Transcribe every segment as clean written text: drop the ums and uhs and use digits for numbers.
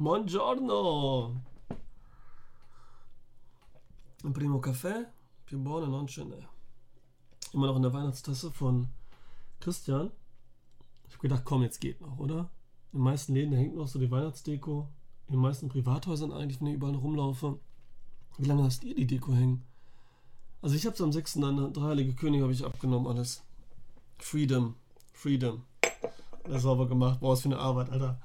Buongiorno. Un primo caffè, più buono non ce n'è. Immer noch in der Weihnachtstasse von Christian. Ich habe gedacht, komm, jetzt geht noch, oder? In den meisten Läden hängt noch so die Weihnachtsdeko. In den meisten Privathäusern eigentlich, wenn ich überall rumlaufe. Wie lange hast ihr die Deko hängen? Also ich habe es am 6. dann, der Heilige König, habe ich abgenommen alles. Freedom. Alles sauber gemacht. Boah, was für eine Arbeit, Alter.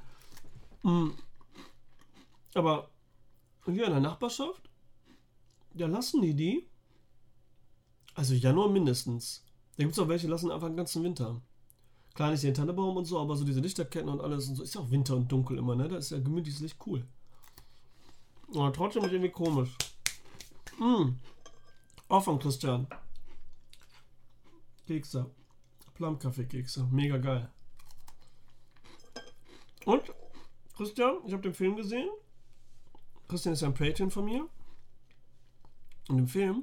Aber hier in der Nachbarschaft, da lassen die. Also Januar mindestens. Da gibt es auch welche, die lassen einfach den ganzen Winter. Klar nicht den Tannenbaum und so, aber so diese Lichterketten und alles und so. Ist ja auch Winter und dunkel immer, ne? Da ist ja gemütliches Licht cool. Aber trotzdem ist irgendwie komisch. Auch von Christian. Kekse. Plum-Kaffee-Kekse. Mega geil. Und, Christian, ich habe den Film gesehen. Christian ist ja ein Patreon von mir. Und im Film,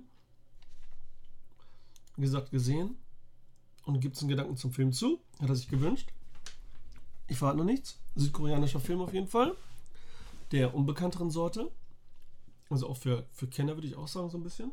wie gesagt, gesehen. Und gibt es einen Gedanken zum Film zu. Hat er sich gewünscht. Ich verrate noch nichts. Südkoreanischer Film auf jeden Fall. Der unbekannteren Sorte. Also auch für Kenner würde ich auch sagen, so ein bisschen.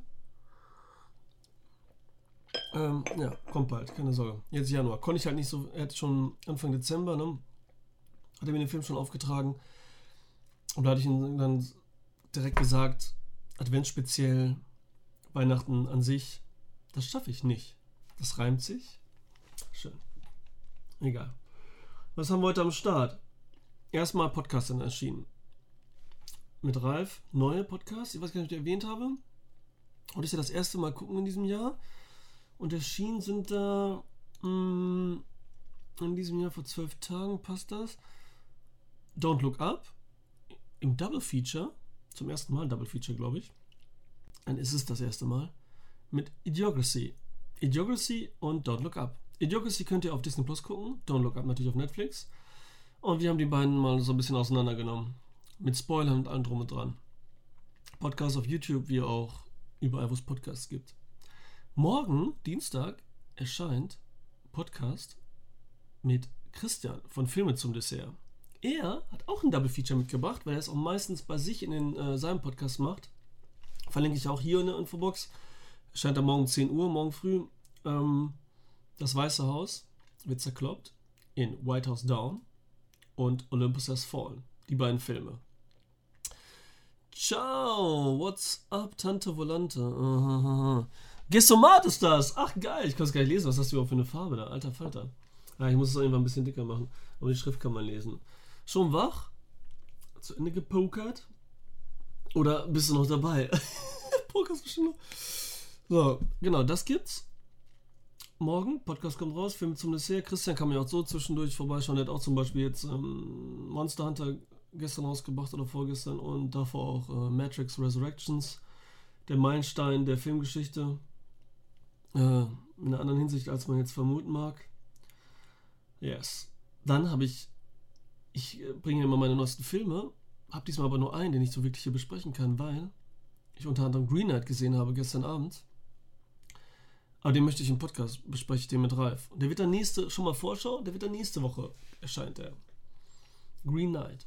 Ja, kommt bald, keine Sorge. Jetzt Januar. Konnte ich halt nicht so. Er hat schon Anfang Dezember, ne? Hat er mir den Film schon aufgetragen. Und da hatte ich ihm dann direkt gesagt, Advent speziell, Weihnachten an sich, das schaffe ich nicht. Das reimt sich. Schön. Egal. Was haben wir heute am Start? Erstmal Podcast dann erschienen. Mit Ralf, neue Podcasts. Ich weiß gar nicht, ob ich die erwähnt habe. Heute ist ja das erste Mal gucken in diesem Jahr. Und erschienen sind da in diesem Jahr vor 12 Tagen, passt das? Don't Look Up. Im Double Feature. Zum ersten Mal Double Feature, glaube ich. Dann ist es das erste Mal. Mit Idiocracy. Idiocracy und Don't Look Up. Idiocracy könnt ihr auf Disney Plus gucken. Don't Look Up natürlich auf Netflix. Und wir haben die beiden mal so ein bisschen auseinandergenommen. Mit Spoilern und allem drum und dran. Podcast auf YouTube, wie auch überall, wo es Podcasts gibt. Morgen, Dienstag, erscheint Podcast mit Christian von Filme zum Dessert. Er hat auch ein Double Feature mitgebracht, weil er es auch meistens bei sich in seinem Podcast macht. Verlinke ich auch hier in der Infobox. Erscheint am Morgen 10 Uhr, morgen früh. Das Weiße Haus wird zerkloppt in White House Down und Olympus Has Fallen. Die beiden Filme. Ciao, what's up, Tante Volante? Gestomat ist das! Ach geil, ich kann es gar nicht lesen. Was hast du überhaupt für eine Farbe da? Alter Falter. Ja, ich muss es auch irgendwann ein bisschen dicker machen. Aber die Schrift kann man lesen. Schon wach? Zu Ende gepokert? Oder bist du noch dabei? Pokerst bestimmt noch. So, genau, das gibt's. Morgen, Podcast kommt raus, Film zum Dessert. Christian kann mir auch so zwischendurch vorbeischauen. Der hat auch zum Beispiel jetzt Monster Hunter gestern rausgebracht oder vorgestern und davor auch Matrix Resurrections. Der Meilenstein der Filmgeschichte. In einer anderen Hinsicht, als man jetzt vermuten mag. Yes. Dann habe ich bringe immer meine neuesten Filme, habe diesmal aber nur einen, den ich so wirklich hier besprechen kann, weil ich unter anderem Green Knight gesehen habe gestern Abend. Aber den möchte ich im Podcast besprechen, den mit Ralf. Und der wird dann schon mal Vorschau, der wird dann nächste Woche erscheint der. Green Knight.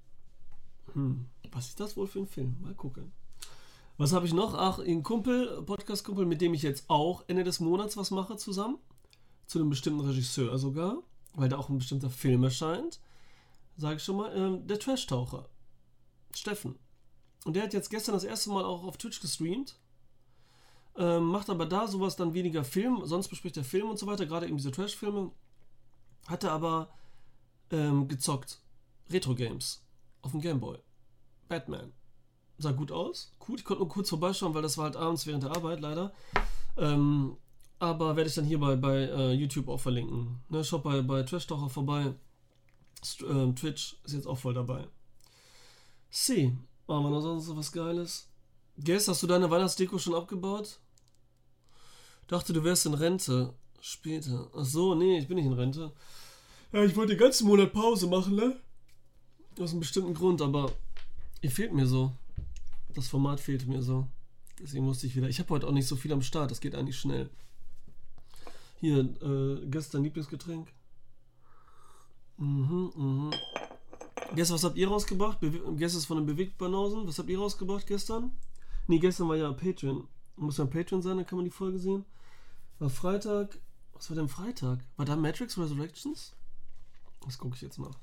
Was ist das wohl für ein Film? Mal gucken. Was habe ich noch? Ach, ein Kumpel, Podcast-Kumpel, mit dem ich jetzt auch Ende des Monats was mache zusammen. Zu einem bestimmten Regisseur sogar, weil da auch ein bestimmter Film erscheint. Sage ich schon mal, der Trash-Taucher. Steffen. Und der hat jetzt gestern das erste Mal auch auf Twitch gestreamt. Macht aber da sowas dann weniger Film, sonst bespricht er Film und so weiter, gerade eben diese Trash-Filme. Hat er aber gezockt. Retro-Games. Auf dem Gameboy. Batman. Sah gut aus. Cool, ich konnte nur kurz vorbeischauen, weil das war halt abends während der Arbeit, leider. Aber werde ich dann hier bei YouTube auch verlinken. Ne, schaut bei Trash-Taucher vorbei. Twitch ist jetzt auch voll dabei. Machen wir noch sonst was Geiles? Guess, hast du deine Weihnachtsdeko schon abgebaut? Dachte, du wärst in Rente. Später. Ach so, nee, ich bin nicht in Rente. Ja, ich wollte den ganzen Monat Pause machen, ne? Aus einem bestimmten Grund, aber ihr fehlt mir so. Das Format fehlt mir so. Deswegen musste ich wieder. Ich habe heute auch nicht so viel am Start, das geht eigentlich schnell. Hier, gestern Lieblingsgetränk. Gestern, was habt ihr rausgebracht? Gestern ist von den Bewegtbanausen. Was habt ihr rausgebracht gestern? Nee, gestern war ja Patreon. Muss ja Patreon sein, dann kann man die Folge sehen. War Freitag. Was war denn Freitag? War da Matrix Resurrections? Das gucke ich jetzt nach.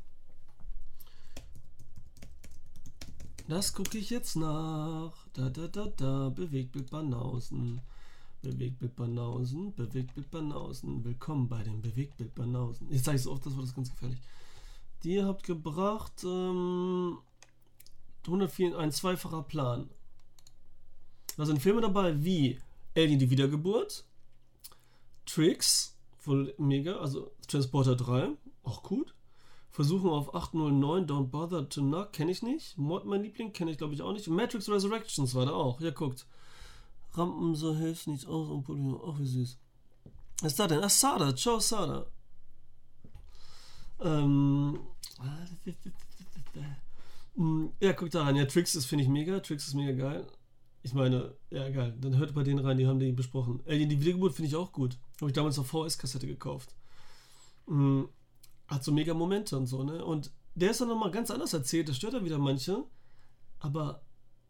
Bewegtbildbanausen. Bewegtbildbanausen. Willkommen bei den Bewegtbildbanausen. Jetzt sage ich so oft, das war das ganz gefährlich. Die habt gebracht 104, ein zweifacher Plan. Da sind Filme dabei wie Alien die Wiedergeburt, Tricks, voll mega, also Transporter 3, auch gut. Versuchen auf 809, Don't Bother to Knock, kenne ich nicht. Mod, mein Liebling, kenne ich glaube ich auch nicht. Matrix Resurrections war da auch, ja guckt. Rampen, so hilft nichts aus und Polio, auch wie süß. Was ist da denn? Sada, ciao Sada. Ja, guck da rein. Ja, Tricks ist, finde ich, mega. Tricks ist mega geil. Ich meine, ja, geil. Dann hört bei denen rein, die haben die besprochen. Die Wiedergeburt finde ich auch gut. Habe ich damals auf VS-Kassette gekauft. Hat so mega Momente und so, ne? Und der ist dann nochmal ganz anders erzählt. Das stört dann wieder manche. Aber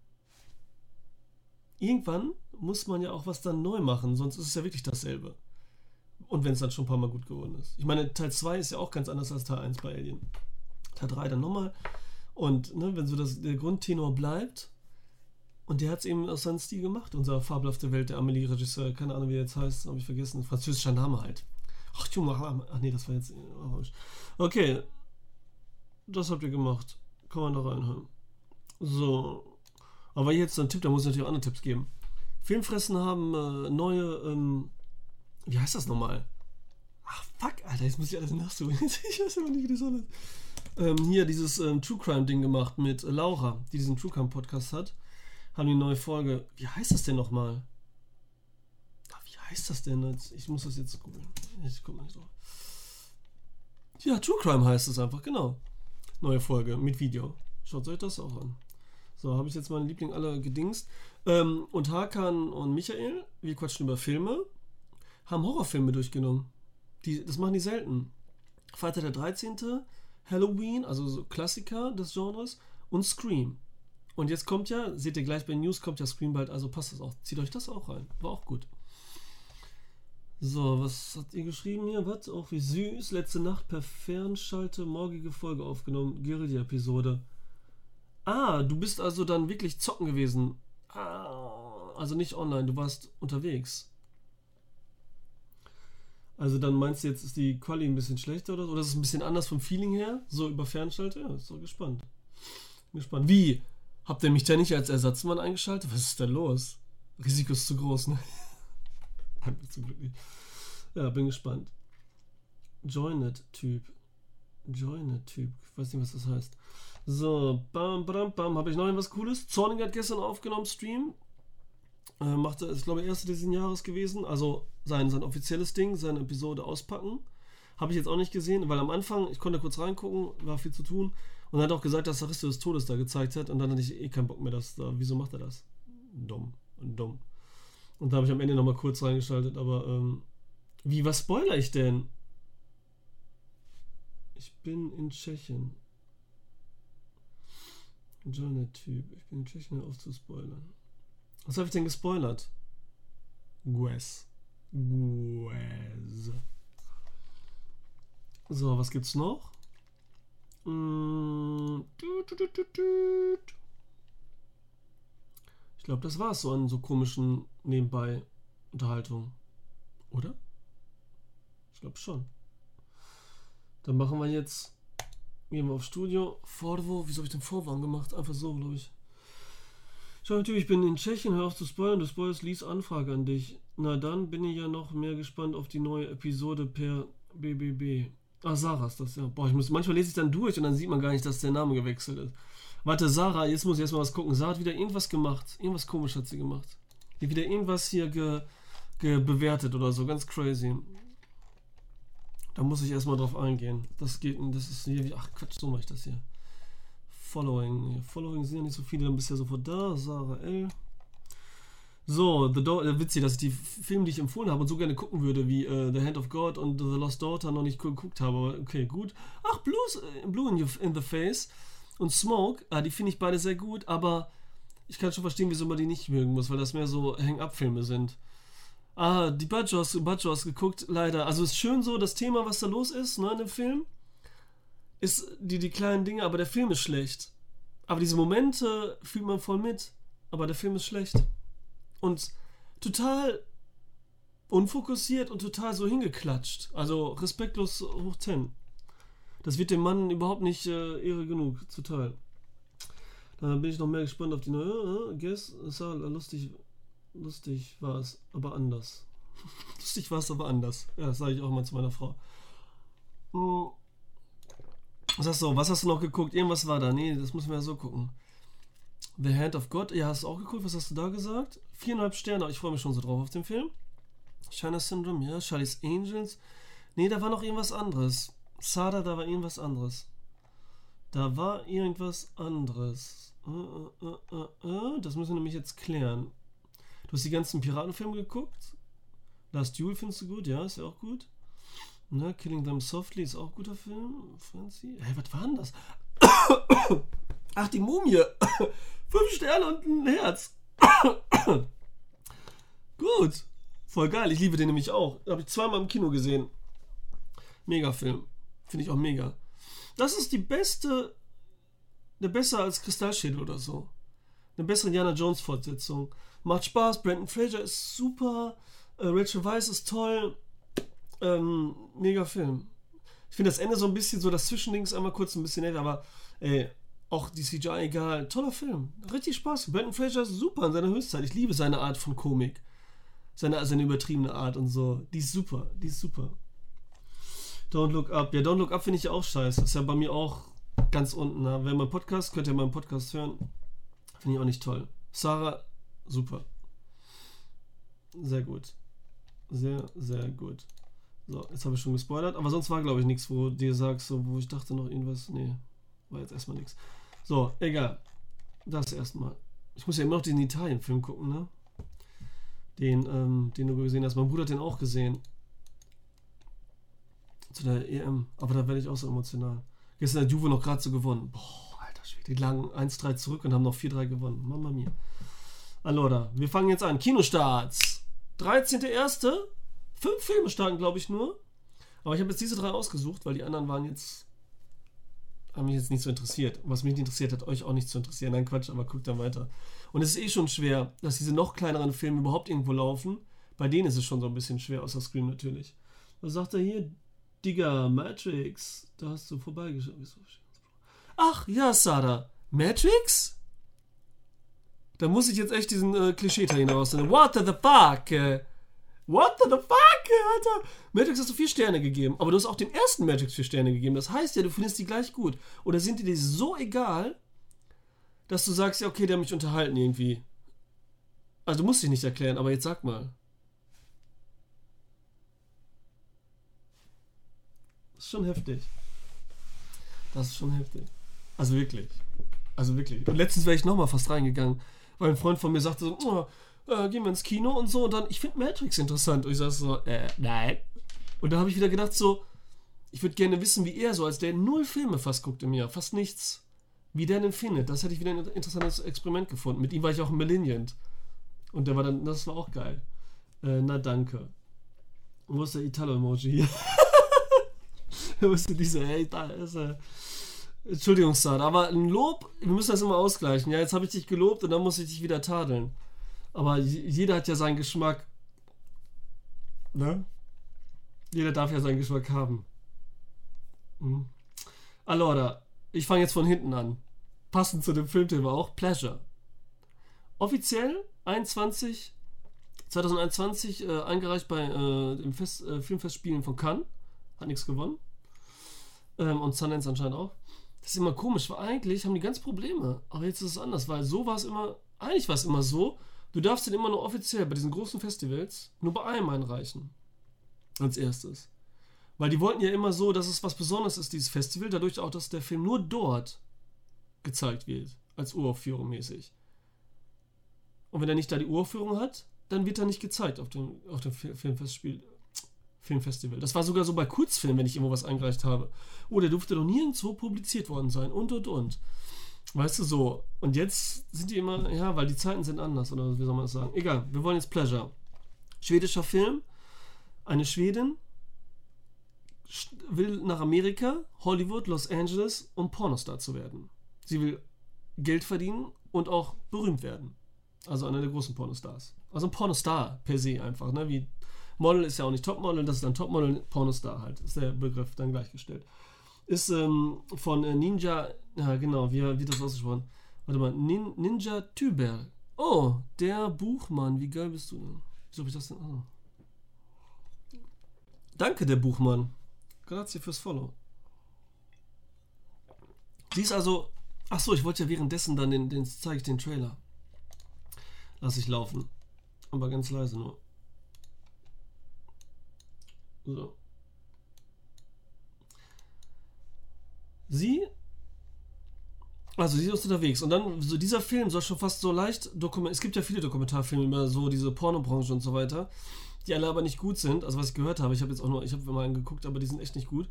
irgendwann muss man ja auch was dann neu machen. Sonst ist es ja wirklich dasselbe. Und wenn es dann schon ein paar Mal gut geworden ist. Ich meine, Teil 2 ist ja auch ganz anders als Teil 1 bei Alien. Teil 3 dann nochmal. Und ne, wenn so der Grundtenor bleibt, und der hat es eben aus seinem Stil gemacht, unser fabelhafte Welt, der Amelie-Regisseur, keine Ahnung, wie er jetzt heißt, habe ich vergessen, französischer Name halt. Ach nee, das war jetzt... Okay, das habt ihr gemacht. Kann man da reinhören. So, aber jetzt ein Tipp, da muss ich natürlich auch andere Tipps geben. Filmfressen haben neue... wie heißt das nochmal? Ach, fuck, Alter, jetzt muss ich alles nachsuchen. Ich weiß immer nicht, wie das soll ist. Hier dieses True Crime Ding gemacht mit Laura, die diesen True Crime Podcast hat. Haben die neue Folge. Wie heißt das denn nochmal? Wie heißt das denn jetzt? Ich muss das jetzt googeln. Ich guck mal so. Ja, True Crime heißt es einfach, genau. Neue Folge mit Video. Schaut euch das auch an. So, habe ich jetzt meine Lieblinge alle gedingst. Und Hakan und Michael, wir quatschen über Filme, haben Horrorfilme durchgenommen. Das machen die selten. Freitag der 13., Halloween, also so Klassiker des Genres, und Scream. Und jetzt kommt ja, seht ihr gleich bei News, kommt ja Scream bald, also passt das auch. Zieht euch das auch rein. War auch gut. So, was habt ihr geschrieben hier? Was? Auch wie süß. Letzte Nacht per Fernschalte morgige Folge aufgenommen. Guerilla-Episode. Ah, du bist also dann wirklich zocken gewesen. Ah, also nicht online, du warst unterwegs. Also dann meinst du jetzt, ist die Quali ein bisschen schlechter oder so? Oder ist es ein bisschen anders vom Feeling her? So über Fernschalte? Ja, ist so gespannt. Wie? Habt ihr mich da nicht als Ersatzmann eingeschaltet? Was ist denn los? Risiko ist zu groß, ne? Zum Glück nicht. Ja, bin gespannt. Joinet-Typ. Ich weiß nicht, was das heißt. So, bam, bam, bam. Habe ich noch irgendwas Cooles? Zornig hat gestern aufgenommen, Stream. Machte, ist glaube ich, erste diesen Jahres gewesen. Also sein offizielles Ding, seine Episode auspacken. Habe ich jetzt auch nicht gesehen, weil am Anfang, ich konnte kurz reingucken, war viel zu tun. Und er hat auch gesagt, dass Aristo des Todes da gezeigt hat. Und dann hatte ich keinen Bock mehr, wieso macht er das? Dumm. Und da habe ich am Ende nochmal kurz reingeschaltet. Aber, was spoiler ich denn? Ich bin in Tschechien. Journal-Typ. Ich bin in Tschechien, hör auf zu spoilern. Was habe ich denn gespoilert? Guess. So, was gibt's noch? Ich glaube, das war's so an so komischen nebenbei Unterhaltungen. Oder? Ich glaube schon. Dann machen wir jetzt. Gehen wir auf Studio. Vorwo. Wieso habe ich den Vorwarn gemacht? Einfach so, glaube ich. Schau, natürlich, ich bin in Tschechien. Hör auf zu spoilern. Du spoilst Lies Anfrage an dich. Na dann bin ich ja noch mehr gespannt auf die neue Episode per BBB. Ah, Sarah ist das, ja. Boah, manchmal lese ich dann durch und dann sieht man gar nicht, dass der Name gewechselt ist. Warte, Sarah, jetzt muss ich erstmal was gucken. Sarah hat wieder irgendwas gemacht. Irgendwas komisch hat sie gemacht. Die hat wieder irgendwas hier bewertet oder so. Ganz crazy. Da muss ich erstmal drauf eingehen. Das ist hier, ach Quatsch, so mache ich das hier. Following sind ja nicht so viele, dann bist du ja sofort da. Sarah L. So, witzig, dass ich die Filme, die ich empfohlen habe und so gerne gucken würde, wie The Hand of God und The Lost Daughter, noch nicht geguckt habe. Aber okay, gut. Ach, Blue in the Face und Smoke, die finde ich beide sehr gut, aber ich kann schon verstehen, wieso man die nicht mögen muss, weil das mehr so Hang-Up-Filme sind. Die Bajos geguckt, leider. Also ist schön so, das Thema, was da los ist, ne, in dem Film, ist die kleinen Dinge, aber der Film ist schlecht. Aber diese Momente fühlt man voll mit, aber der Film ist schlecht. Und total unfokussiert und total so hingeklatscht. Also respektlos hoch 10. Das wird dem Mann überhaupt nicht Ehre genug zuteil. Da bin ich noch mehr gespannt auf die neue. Guess, lustig war es, aber anders. Lustig war es, aber anders. Ja, das sage ich auch mal zu meiner Frau. Was hast du noch geguckt? Irgendwas war da. Nee, das müssen wir ja so gucken. The Hand of God, ja, hast du auch geguckt? Was hast du da gesagt? 4,5 Sterne, ich freue mich schon so drauf auf den Film. China Syndrome, ja. Charlie's Angels. Nee, da war noch irgendwas anderes. Sada, da war irgendwas anderes. Das müssen wir nämlich jetzt klären. Du hast die ganzen Piratenfilme geguckt? Last Duel findest du gut? Ja, ist ja auch gut. Na, Killing Them Softly ist auch ein guter Film. Fancy. Hey, was war denn das? Ach, die Mumie. 5 Sterne und ein Herz. Gut. Voll geil. Ich liebe den nämlich auch. Habe ich zweimal im Kino gesehen. Mega Film. Finde ich auch mega. Das ist besser als Kristallschädel oder so. Eine bessere Indiana Jones Fortsetzung. Macht Spaß. Brendan Fraser ist super. Rachel Weisz ist toll. Mega Film. Ich finde das Ende so ein bisschen so, das Zwischending ist einmal kurz ein bisschen nett, aber auch die CGI egal. Toller Film. Richtig Spaß. Brendan Fraser ist super in seiner Höchstzeit. Ich liebe seine Art von Komik. Seine übertriebene Art und so. Die ist super. Don't Look Up. Ja, Don't Look Up finde ich ja auch scheiße. Ist ja bei mir auch ganz unten. Ne? Wenn man Podcast, könnt ihr meinen Podcast hören. Finde ich auch nicht toll. Sarah, super. Sehr gut. Sehr, sehr gut. So, jetzt habe ich schon gespoilert. Aber sonst war, glaube ich, nichts, wo du dir sagst, so, wo ich dachte noch irgendwas. Nee, war jetzt erstmal nichts. So, egal. Das erstmal. Ich muss ja immer noch den Italien-Film gucken, ne? Den du gesehen hast. Mein Bruder hat den auch gesehen. Zu der EM. Aber da werde ich auch so emotional. Gestern hat Juve noch gerade so gewonnen. Boah, alter Schwede. Die lagen 1-3 zurück und haben noch 4-3 gewonnen. Mama mia. Allora, wir fangen jetzt an. Kinostarts. 13.01. 5 Filme starten, glaube ich, nur. Aber ich habe jetzt diese 3 ausgesucht, weil die anderen haben mich jetzt nicht so interessiert. Und was mich nicht interessiert, hat euch auch nicht zu interessieren. Nein, Quatsch, aber guckt dann weiter. Und es ist eh schon schwer, dass diese noch kleineren Filme überhaupt irgendwo laufen. Bei denen ist es schon so ein bisschen schwer, außer Scream natürlich. Was sagt er hier? Digga, Matrix. Da hast du vorbeigeschaut. Ach, ja, Sada. Matrix? Da muss ich jetzt echt diesen Klischee-Italiener rausnehmen. What the fuck? What the fuck, Alter? Matrix hast du 4 Sterne gegeben, aber du hast auch dem ersten Matrix 4 Sterne gegeben. Das heißt ja, du findest die gleich gut. Oder sind die dir so egal, dass du sagst, ja, okay, der hat mich unterhalten irgendwie. Also du musst dich nicht erklären, aber jetzt sag mal. Das ist schon heftig. Das ist schon heftig. Also wirklich. Und letztens wäre ich nochmal fast reingegangen, weil ein Freund von mir sagte so, gehen wir ins Kino und so. Und dann, ich finde Matrix interessant. Und ich sag so, nein. Und da habe ich wieder gedacht so, ich würde gerne wissen, wie er so, als der 0 Filme fast guckt im Jahr, fast nichts, wie der denn findet. Das hätte ich wieder ein interessantes Experiment gefunden. Mit ihm war ich auch im Millennium. Und der war dann, das war auch geil. Na danke. Und wo ist der Italo-Emoji hier? Wo ist denn dieser, hey, da ist er. Entschuldigung, Sad, aber ein Lob, wir müssen das immer ausgleichen. Ja, jetzt habe ich dich gelobt und dann muss ich dich wieder tadeln. Aber jeder hat ja seinen Geschmack. Ne? Jeder darf ja seinen Geschmack haben. Allora, ich fange jetzt von hinten an. Passend zu dem Filmthema auch. Pleasure. Offiziell 2021 eingereicht bei dem Filmfestspielen von Cannes. Hat nichts gewonnen. Und Sundance anscheinend auch. Das ist immer komisch, weil eigentlich haben die ganz Probleme. Aber jetzt ist es anders, weil so war es immer, eigentlich war es immer so, du darfst den immer nur offiziell bei diesen großen Festivals nur bei einem einreichen. Als erstes. Weil die wollten ja immer so, dass es was Besonderes ist, dieses Festival, dadurch auch, dass der Film nur dort gezeigt wird. Als Uraufführung mäßig. Und wenn er nicht da die Uraufführung hat, dann wird er nicht gezeigt auf dem Filmfestival. Das war sogar so bei Kurzfilmen, wenn ich irgendwo was eingereicht habe. Oh, der durfte doch nirgendwo publiziert worden sein und. Weißt du, so. Und jetzt sind die immer, ja, weil die Zeiten sind anders, oder wie soll man das sagen? Egal, wir wollen jetzt Pleasure. Schwedischer Film. Eine Schwedin will nach Amerika, Hollywood, Los Angeles, um Pornostar zu werden. Sie will Geld verdienen und auch berühmt werden. Also einer der großen Pornostars. Also ein Pornostar per se einfach, ne? Wie Model ist ja auch nicht Topmodel, das ist dann Topmodel, Pornostar halt, ist der Begriff dann gleichgestellt. Ist von Ninja, ja genau, wie wird das ausgesprochen? Warte mal, Ninja Tüber. Oh, der Buchmann, wie geil bist du denn? Wieso hab ich das denn? Oh. Danke, der Buchmann. Grazie fürs Follow. Sie ist also, achso, ich wollte ja währenddessen dann, zeige ich den Trailer. Lass ich laufen. Aber ganz leise nur. So. Sie ist unterwegs und dann, so dieser Film soll schon fast so leicht es gibt ja viele Dokumentarfilme über so diese Pornobranche und so weiter, die alle aber nicht gut sind, also was ich gehört habe, ich habe mal einen geguckt, aber die sind echt nicht gut.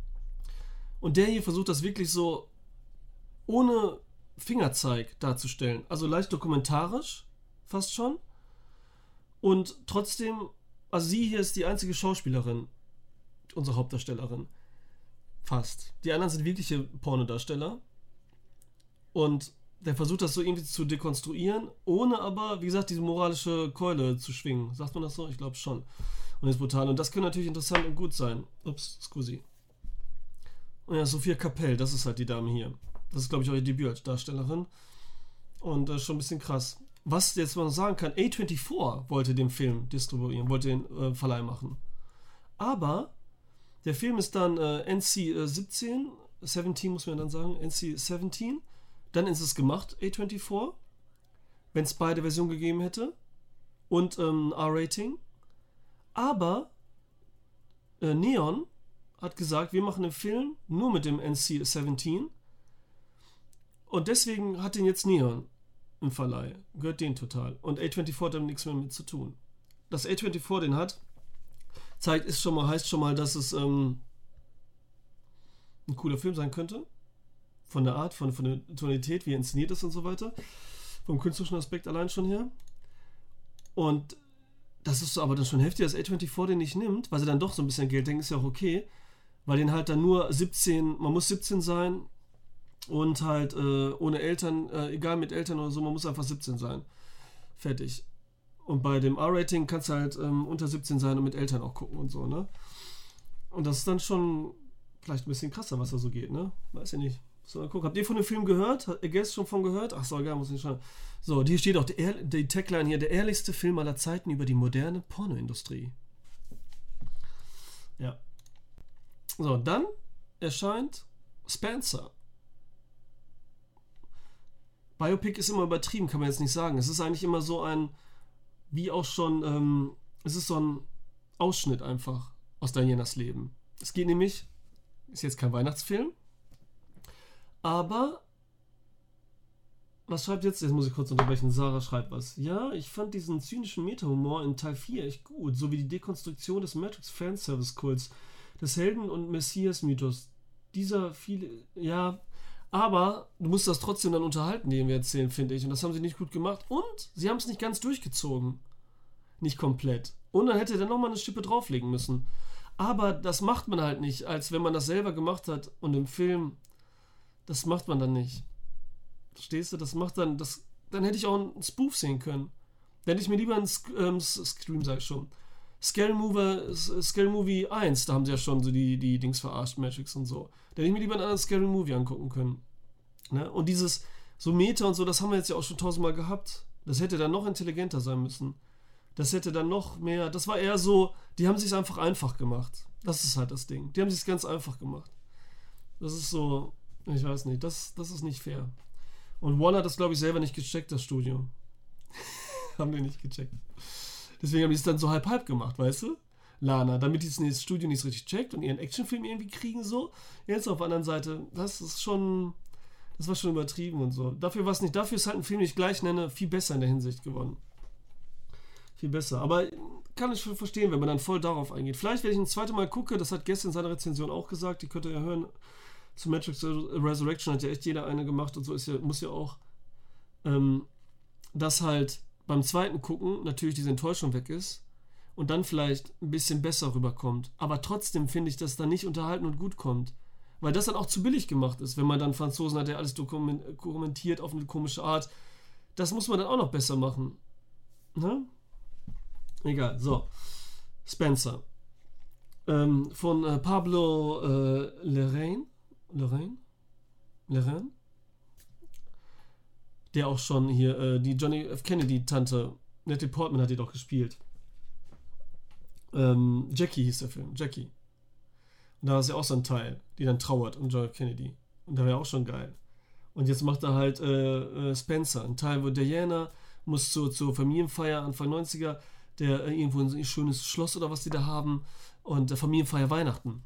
Und der hier versucht das wirklich so ohne Fingerzeig darzustellen, also leicht dokumentarisch, fast schon, und trotzdem, also sie hier ist die einzige Schauspielerin, unsere Hauptdarstellerin. Fast. Die anderen sind wirkliche Pornodarsteller. Und der versucht das so irgendwie zu dekonstruieren, ohne aber, wie gesagt, diese moralische Keule zu schwingen. Sagt man das so? Ich glaube schon. Und ist brutal. Und das kann natürlich interessant und gut sein. Ups, scusi. Und ja, Sophia Kapell, das ist halt die Dame hier. Das ist, glaube ich, auch ihr Debüt als Darstellerin. Und das ist schon ein bisschen krass. Was jetzt mal sagen kann, A24 wollte den Film distribuieren, wollte den Verleih machen. Aber der Film ist dann NC-17, 17 muss man dann sagen, NC-17. Dann ist es gemacht, A24, wenn es beide Versionen gegeben hätte. Und R-Rating. Aber Neon hat gesagt, wir machen den Film nur mit dem NC-17. Und deswegen hat den jetzt Neon im Verleih. Gehört den total. Und A24 hat damit nichts mehr mit zu tun. Dass A24 den hat, heißt schon mal, dass es ein cooler Film sein könnte. Von der Art, von der Tonalität, wie er inszeniert ist und so weiter. Vom künstlerischen Aspekt allein schon her. Und das ist aber dann schon heftig, dass A24 den nicht nimmt, weil sie dann doch so ein bisschen Geld denken, ist ja auch okay. Weil den halt dann nur 17, man muss 17 sein und halt ohne Eltern, egal mit Eltern oder so, man muss einfach 17 sein. Fertig. Und bei dem R-Rating kannst du halt unter 17 sein und mit Eltern auch gucken und so, ne? Und das ist dann schon vielleicht ein bisschen krasser, was da so geht, ne? Weiß ich nicht. So, guck, habt ihr von dem Film gehört? Hat ihr schon von gehört? Ach so, egal, muss ich schauen. So, hier steht auch die Tagline hier, der ehrlichste Film aller Zeiten über die moderne Pornoindustrie. Ja. So, dann erscheint Spencer. Biopic ist immer übertrieben, kann man jetzt nicht sagen. Es ist eigentlich immer so ein, wie auch schon, es ist so ein Ausschnitt einfach aus Dianas Leben. Es geht nämlich, ist jetzt kein Weihnachtsfilm, aber, was schreibt jetzt? Jetzt muss ich kurz unterbrechen. Sarah schreibt was. Ja, ich fand diesen zynischen Meta-Humor in Teil 4 echt gut, sowie die Dekonstruktion des Matrix-Fanservice-Kults, des Helden- und Messias-Mythos. Ja, aber du musst das trotzdem dann unterhalten, den wir erzählen, finde ich. Und das haben sie nicht gut gemacht. Und sie haben es nicht ganz durchgezogen. Nicht komplett. Und dann hätte er dann nochmal eine Schippe drauflegen müssen. Aber das macht man halt nicht, als wenn man das selber gemacht hat. Und im Film, das macht man dann nicht. Verstehst du? Das macht dann, dann hätte ich auch einen Spoof sehen können. Dann hätte ich mir lieber einen Scream, sag ich schon. Scale Movie 1, da haben sie ja schon so die Dings verarscht, Matrix und so. Da hätte ich mir lieber einen anderen Scary Movie angucken können. Ne? Und dieses so Meta und so, das haben wir jetzt ja auch schon 1000-mal gehabt. Das hätte dann noch intelligenter sein müssen. Das hätte dann noch mehr, das war eher so, die haben sich einfach gemacht. Das ist halt das Ding. Die haben sich ganz einfach gemacht. Das ist so, ich weiß nicht, das ist nicht fair. Und Warner hat das, glaube ich, selber nicht gecheckt, das Studio. Haben wir nicht gecheckt. Deswegen haben die es dann so halb gemacht, weißt du? Lana, damit das Studio nicht so richtig checkt und ihren Actionfilm irgendwie kriegen so. Jetzt auf der anderen Seite, das ist schon Das war schon übertrieben und so. Dafür ist halt ein Film, den ich gleich nenne, viel besser in der Hinsicht geworden. Viel besser. Aber kann ich schon verstehen, wenn man dann voll darauf eingeht. Vielleicht, wenn ich ein zweites Mal gucke, das hat gestern in seiner Rezension auch gesagt, die könnt ihr ja hören, zu Matrix Resurrection hat ja echt jeder eine gemacht und so muss ja auch, dass halt beim zweiten Gucken natürlich diese Enttäuschung weg ist und dann vielleicht ein bisschen besser rüberkommt. Aber trotzdem finde ich, dass da nicht unterhalten und gut kommt. Weil das dann auch zu billig gemacht ist, wenn man dann Franzosen hat, der alles dokumentiert auf eine komische Art. Das muss man dann auch noch besser machen. Ne? Egal, so. Spencer. Von Pablo Larraín. Der auch schon hier die Johnny F. Kennedy-Tante, Natalie Portman hat die doch gespielt. Jackie hieß der Film, Jackie. Und da ist ja auch so ein Teil, die dann trauert um John F. Kennedy. Und da wäre auch schon geil. Und jetzt macht er halt Spencer, ein Teil, wo Diana muss zur Familienfeier Anfang 90er, der irgendwo ein schönes Schloss oder was die da haben, und der Familienfeier Weihnachten.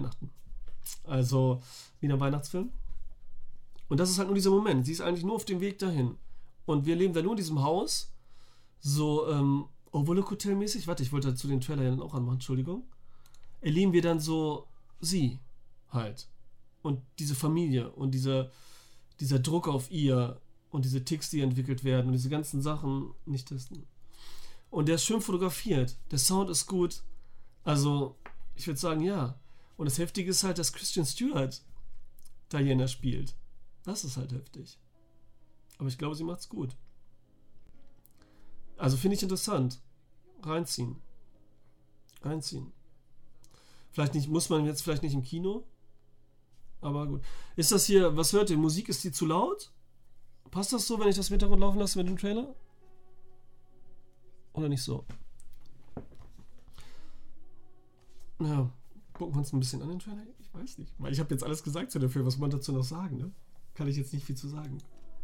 Also wie ein Weihnachtsfilm. Und das ist halt nur dieser Moment. Sie ist eigentlich nur auf dem Weg dahin. Und wir leben da nur in diesem Haus, so Overlook Hotel mäßig. Warte, ich wollte dazu den Trailer ja dann auch anmachen, Entschuldigung. Erleben wir dann so sie halt. Und diese Familie und dieser Druck auf ihr und diese Ticks, die entwickelt werden und diese ganzen Sachen nicht testen. Und der ist schön fotografiert. Der Sound ist gut. Also, ich würde sagen, ja. Und das Heftige ist halt, dass Kristen Stewart Diana spielt. Das ist halt heftig. Aber ich glaube, sie macht's gut. Also finde ich interessant. Reinziehen. Vielleicht nicht, muss man jetzt vielleicht nicht im Kino. Aber gut. Ist das hier, was hört ihr? Musik, ist die zu laut? Passt das so, wenn ich das im Hintergrund laufen lasse mit dem Trailer? Oder nicht so? Ja, gucken wir uns ein bisschen an den Trailer. Ich weiß nicht. Weil ich habe jetzt alles gesagt zu dem Film. Was man dazu noch sagen, ne? Kann ich jetzt nicht viel zu sagen.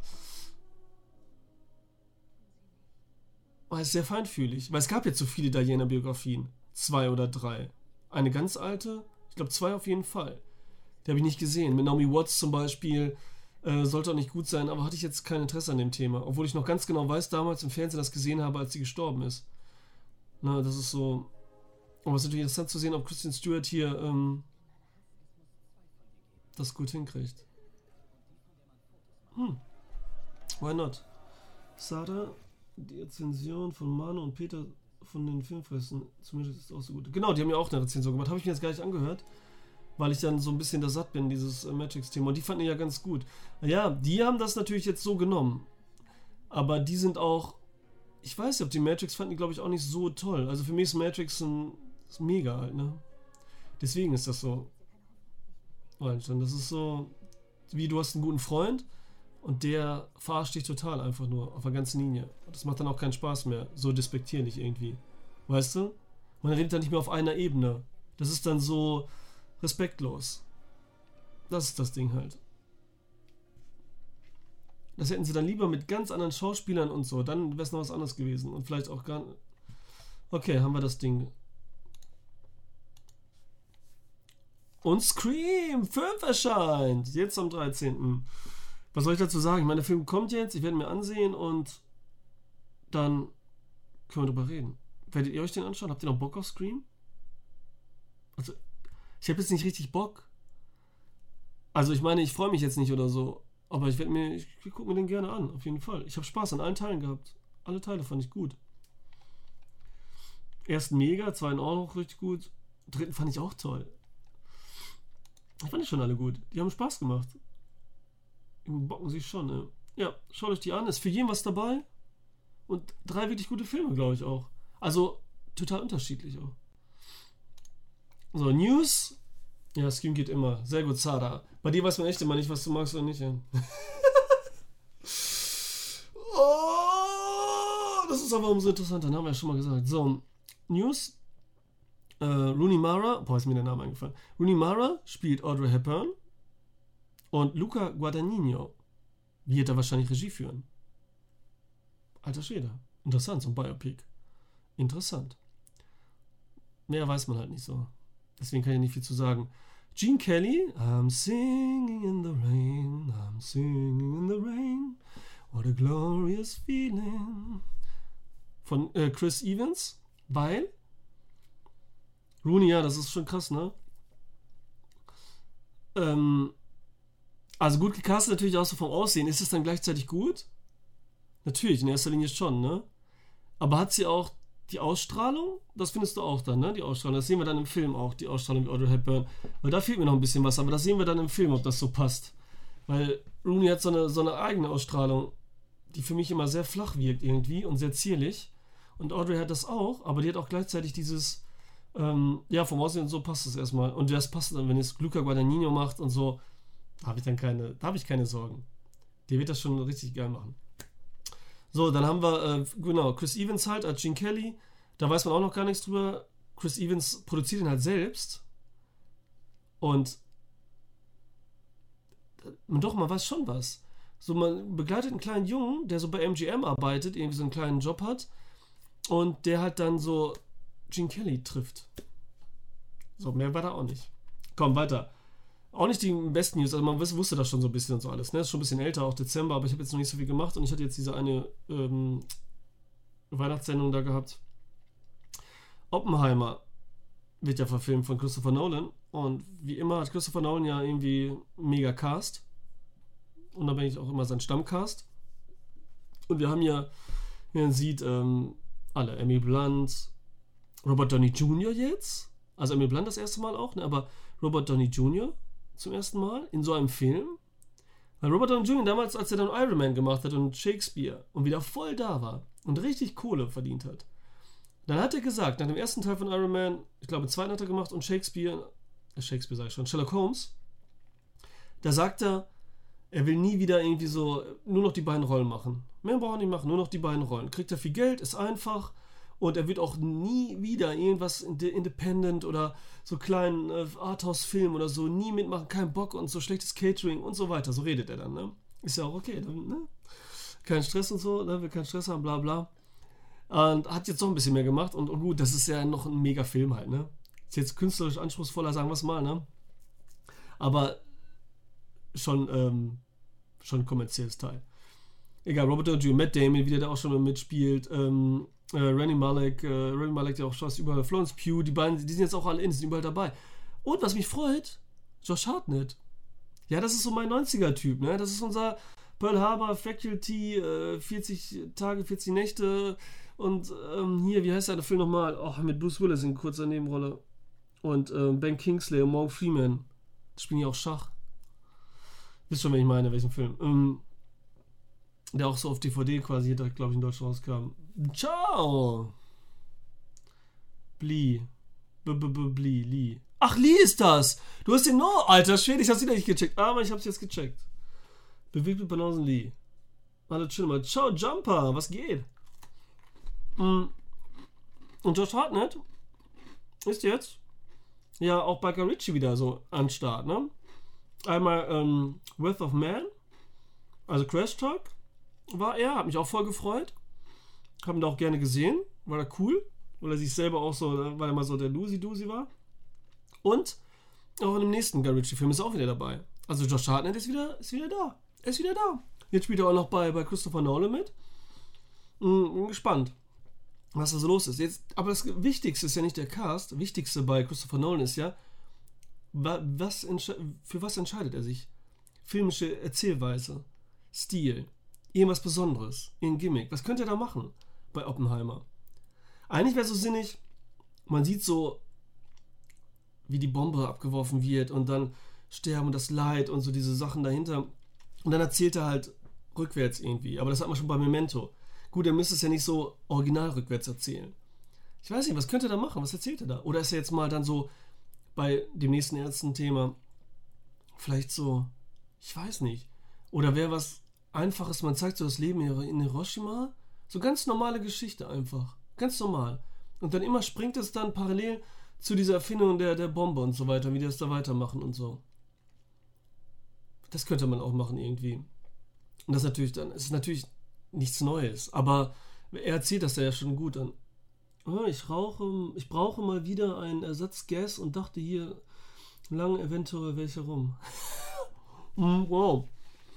Aber es ist sehr feinfühlig. Weil es gab jetzt so viele Diana-Biografien. 2 oder 3. Eine ganz alte, ich glaube 2 auf jeden Fall. Die habe ich nicht gesehen. Mit Naomi Watts zum Beispiel. Sollte auch nicht gut sein, aber hatte ich jetzt kein Interesse an dem Thema. Obwohl ich noch ganz genau weiß, damals im Fernsehen das gesehen habe, als sie gestorben ist. Na, das ist so. Aber es ist natürlich interessant zu sehen, ob Kristen Stewart hier das gut hinkriegt. Why not? Sada, die Rezension von Manu und Peter von den Filmfressen, zumindest ist auch so gut. Genau, die haben ja auch eine Rezension gemacht. Habe ich mir jetzt gar nicht angehört, weil ich dann so ein bisschen da satt bin, dieses Matrix-Thema. Und die fanden ja ganz gut. Ja, die haben das natürlich jetzt so genommen. Aber die sind auch, ich weiß nicht, ob die Matrix fanden die, glaube ich, auch nicht so toll. Also für mich ist Matrix ist mega halt, ne? Deswegen ist das so. Das ist so, wie du hast einen guten Freund und der verarscht dich total einfach nur auf der ganzen Linie. Und das macht dann auch keinen Spaß mehr, so despektierlich irgendwie. Weißt du? Man redet dann nicht mehr auf einer Ebene. Das ist dann so respektlos. Das ist das Ding halt. Das hätten sie dann lieber mit ganz anderen Schauspielern und so. Dann wäre es noch was anderes gewesen. Und vielleicht auch gar nicht. Okay, haben wir das Ding. Und Scream 5 erscheint. Jetzt am 13. Was soll ich dazu sagen? Ich meine, der Film kommt jetzt. Ich werde ihn mir ansehen und dann können wir drüber reden. Werdet ihr euch den anschauen? Habt ihr noch Bock auf Scream? Also, ich habe jetzt nicht richtig Bock. Also, ich meine, ich freue mich jetzt nicht oder so. Aber ich gucke mir den gerne an, auf jeden Fall. Ich habe Spaß an allen Teilen gehabt. Alle Teile fand ich gut. Ersten mega, zweiten auch noch richtig gut. Dritten fand ich auch toll. Ich fand die schon alle gut. Die haben Spaß gemacht. Die bocken sich schon, ne? Ja, schaut euch die an. Ist für jeden was dabei. Und 3 wirklich gute Filme, glaube ich auch. Also, total unterschiedlich auch. So, News. Ja, Scream geht immer. Sehr gut, Sada. Bei dir weiß man echt immer nicht, was du magst oder nicht. Ja. Oh, das ist aber umso interessanter. Haben wir ja schon mal gesagt. So, News. Rooney Mara, ist mir der Name eingefallen. Rooney Mara spielt Audrey Hepburn und Luca Guadagnino wird da wahrscheinlich Regie führen. Alter Schwede. Interessant, so ein Biopic. Interessant. Mehr weiß man halt nicht so. Deswegen kann ich nicht viel zu sagen. Gene Kelly, I'm singing in the rain, I'm singing in the rain, what a glorious feeling. Von Chris Evans, weil Rooney, ja, das ist schon krass, ne? Also gut gecastet natürlich auch so vom Aussehen. Ist es dann gleichzeitig gut? Natürlich, in erster Linie schon, ne? Aber hat sie auch die Ausstrahlung? Das findest du auch dann, ne? Die Ausstrahlung. Das sehen wir dann im Film auch, die Ausstrahlung mit Audrey Hepburn. Weil da fehlt mir noch ein bisschen was, aber das sehen wir dann im Film, ob das so passt. Weil Rooney hat so eine eigene Ausstrahlung, die für mich immer sehr flach wirkt irgendwie und sehr zierlich. Und Audrey hat das auch, aber die hat auch gleichzeitig dieses, ja, vom Aussehen und so passt es erstmal. Und das passt dann, wenn es Luca Guadagnino macht und so, da habe ich keine Sorgen. Der wird das schon richtig geil machen. So, dann haben wir, genau, Chris Evans halt als Gene Kelly. Da weiß man auch noch gar nichts drüber. Chris Evans produziert ihn halt selbst. Und doch, man weiß schon was. So, man begleitet einen kleinen Jungen, der so bei MGM arbeitet, irgendwie so einen kleinen Job hat. Und der halt dann so Gene Kelly trifft. So, mehr war da auch nicht. Komm, weiter. Auch nicht die besten News, also man wusste das schon so ein bisschen und so alles, ne? Ist schon ein bisschen älter, auch Dezember, aber ich habe jetzt noch nicht so viel gemacht und ich hatte jetzt diese eine Weihnachtssendung da gehabt. Oppenheimer wird ja verfilmt von Christopher Nolan und wie immer hat Christopher Nolan ja irgendwie mega Cast und da bin ich auch immer sein Stammcast und wir haben ja, wie man sieht, alle, Emily Blunt, Robert Downey Jr. jetzt, also Emily Blunt das erste Mal auch, ne? Aber Robert Downey Jr. zum ersten Mal in so einem Film. Weil Robert Downey Jr. damals, als er dann Iron Man gemacht hat und Shakespeare und wieder voll da war und richtig Kohle verdient hat, dann hat er gesagt, nach dem ersten Teil von Iron Man, ich glaube, den zweiten hat er gemacht und Sherlock Holmes, da sagt er, er will nie wieder irgendwie so, nur noch die beiden Rollen machen. Mehr braucht er nicht machen, nur noch die beiden Rollen. Kriegt er viel Geld, ist einfach und er wird auch nie wieder irgendwas Independent oder so kleinen Arthouse-Film oder so, nie mitmachen, kein Bock und so schlechtes Catering und so weiter. So redet er dann, ne? Ist ja auch okay, ne? Kein Stress und so, ne? Will keinen Stress haben, bla bla. Und hat jetzt doch ein bisschen mehr gemacht und gut, das ist ja noch ein mega Film halt, ne? Ist jetzt künstlerisch anspruchsvoller, sagen wir es mal, ne? Aber schon kommerzielles Teil. Egal, Robert Downey Jr., Matt Damon, wie der auch schon mitspielt, Rami Malek, der auch schon überall, Florence Pugh, die beiden, die sind jetzt auch alle die sind überall dabei. Und was mich freut, Josh Hartnett. Ja, das ist so mein 90er-Typ, ne? Das ist unser Pearl Harbor, Faculty, 40 Tage, 40 Nächte und hier, wie heißt der Film nochmal? Oh, mit Bruce Willis in kurzer Nebenrolle. Und Ben Kingsley und Morgan Freeman. Die spielen ja auch Schach. Wisst schon, wen ich meine, welchen Film. Der auch so auf DVD quasi direkt, glaube ich, in Deutschland rauskam. Ciao! Lee. Ach, Lee ist das! Du hast den Alter Schwede, ich hab's wieder nicht gecheckt. Aber ich hab's jetzt gecheckt. Bewegt mit Banausen Lee. Alle chill mal. Ciao, Jumper, was geht? Und Josh Hartnett ist jetzt ja auch bei Guy Ritchie wieder so an Start, ne? Einmal Wrath of Man, also Crash Talk war er, hat mich auch voll gefreut. Hab ihn da auch gerne gesehen, war da cool, weil er sich selber auch so, weil er mal so der Lucy-Doozy war. Und auch in dem nächsten Guy Ritchie-Film ist er auch wieder dabei. Also Josh Hartnett ist wieder da. Er ist wieder da. Jetzt spielt er auch noch bei Christopher Nolan mit. Bin gespannt, was da so los ist. Jetzt, aber das Wichtigste ist ja nicht der Cast. Das Wichtigste bei Christopher Nolan ist ja, für was entscheidet er sich? Filmische Erzählweise, Stil, irgendwas Besonderes, irgendein Gimmick. Was könnte er da machen bei Oppenheimer? Eigentlich wäre es so sinnig, man sieht so, wie die Bombe abgeworfen wird und dann Sterben und das Leid und so diese Sachen dahinter. Und dann erzählt er halt rückwärts irgendwie. Aber das hat man schon bei Memento. Gut, er müsste es ja nicht so original rückwärts erzählen. Ich weiß nicht, was könnte er da machen? Was erzählt er da? Oder ist er jetzt mal dann so bei dem nächsten ersten Thema vielleicht so, ich weiß nicht. Oder wäre was Einfaches, man zeigt so das Leben in Hiroshima. So ganz normale Geschichte einfach. Ganz normal. Und dann immer springt es dann parallel zu dieser Erfindung der Bombe und so weiter, wie die das da weitermachen und so. Das könnte man auch machen irgendwie. Und das ist natürlich nichts Neues. Aber er erzählt das ja schon gut an. Ich brauche mal wieder einen Ersatzgas und dachte hier, Lang eventuell welche rum. Wow.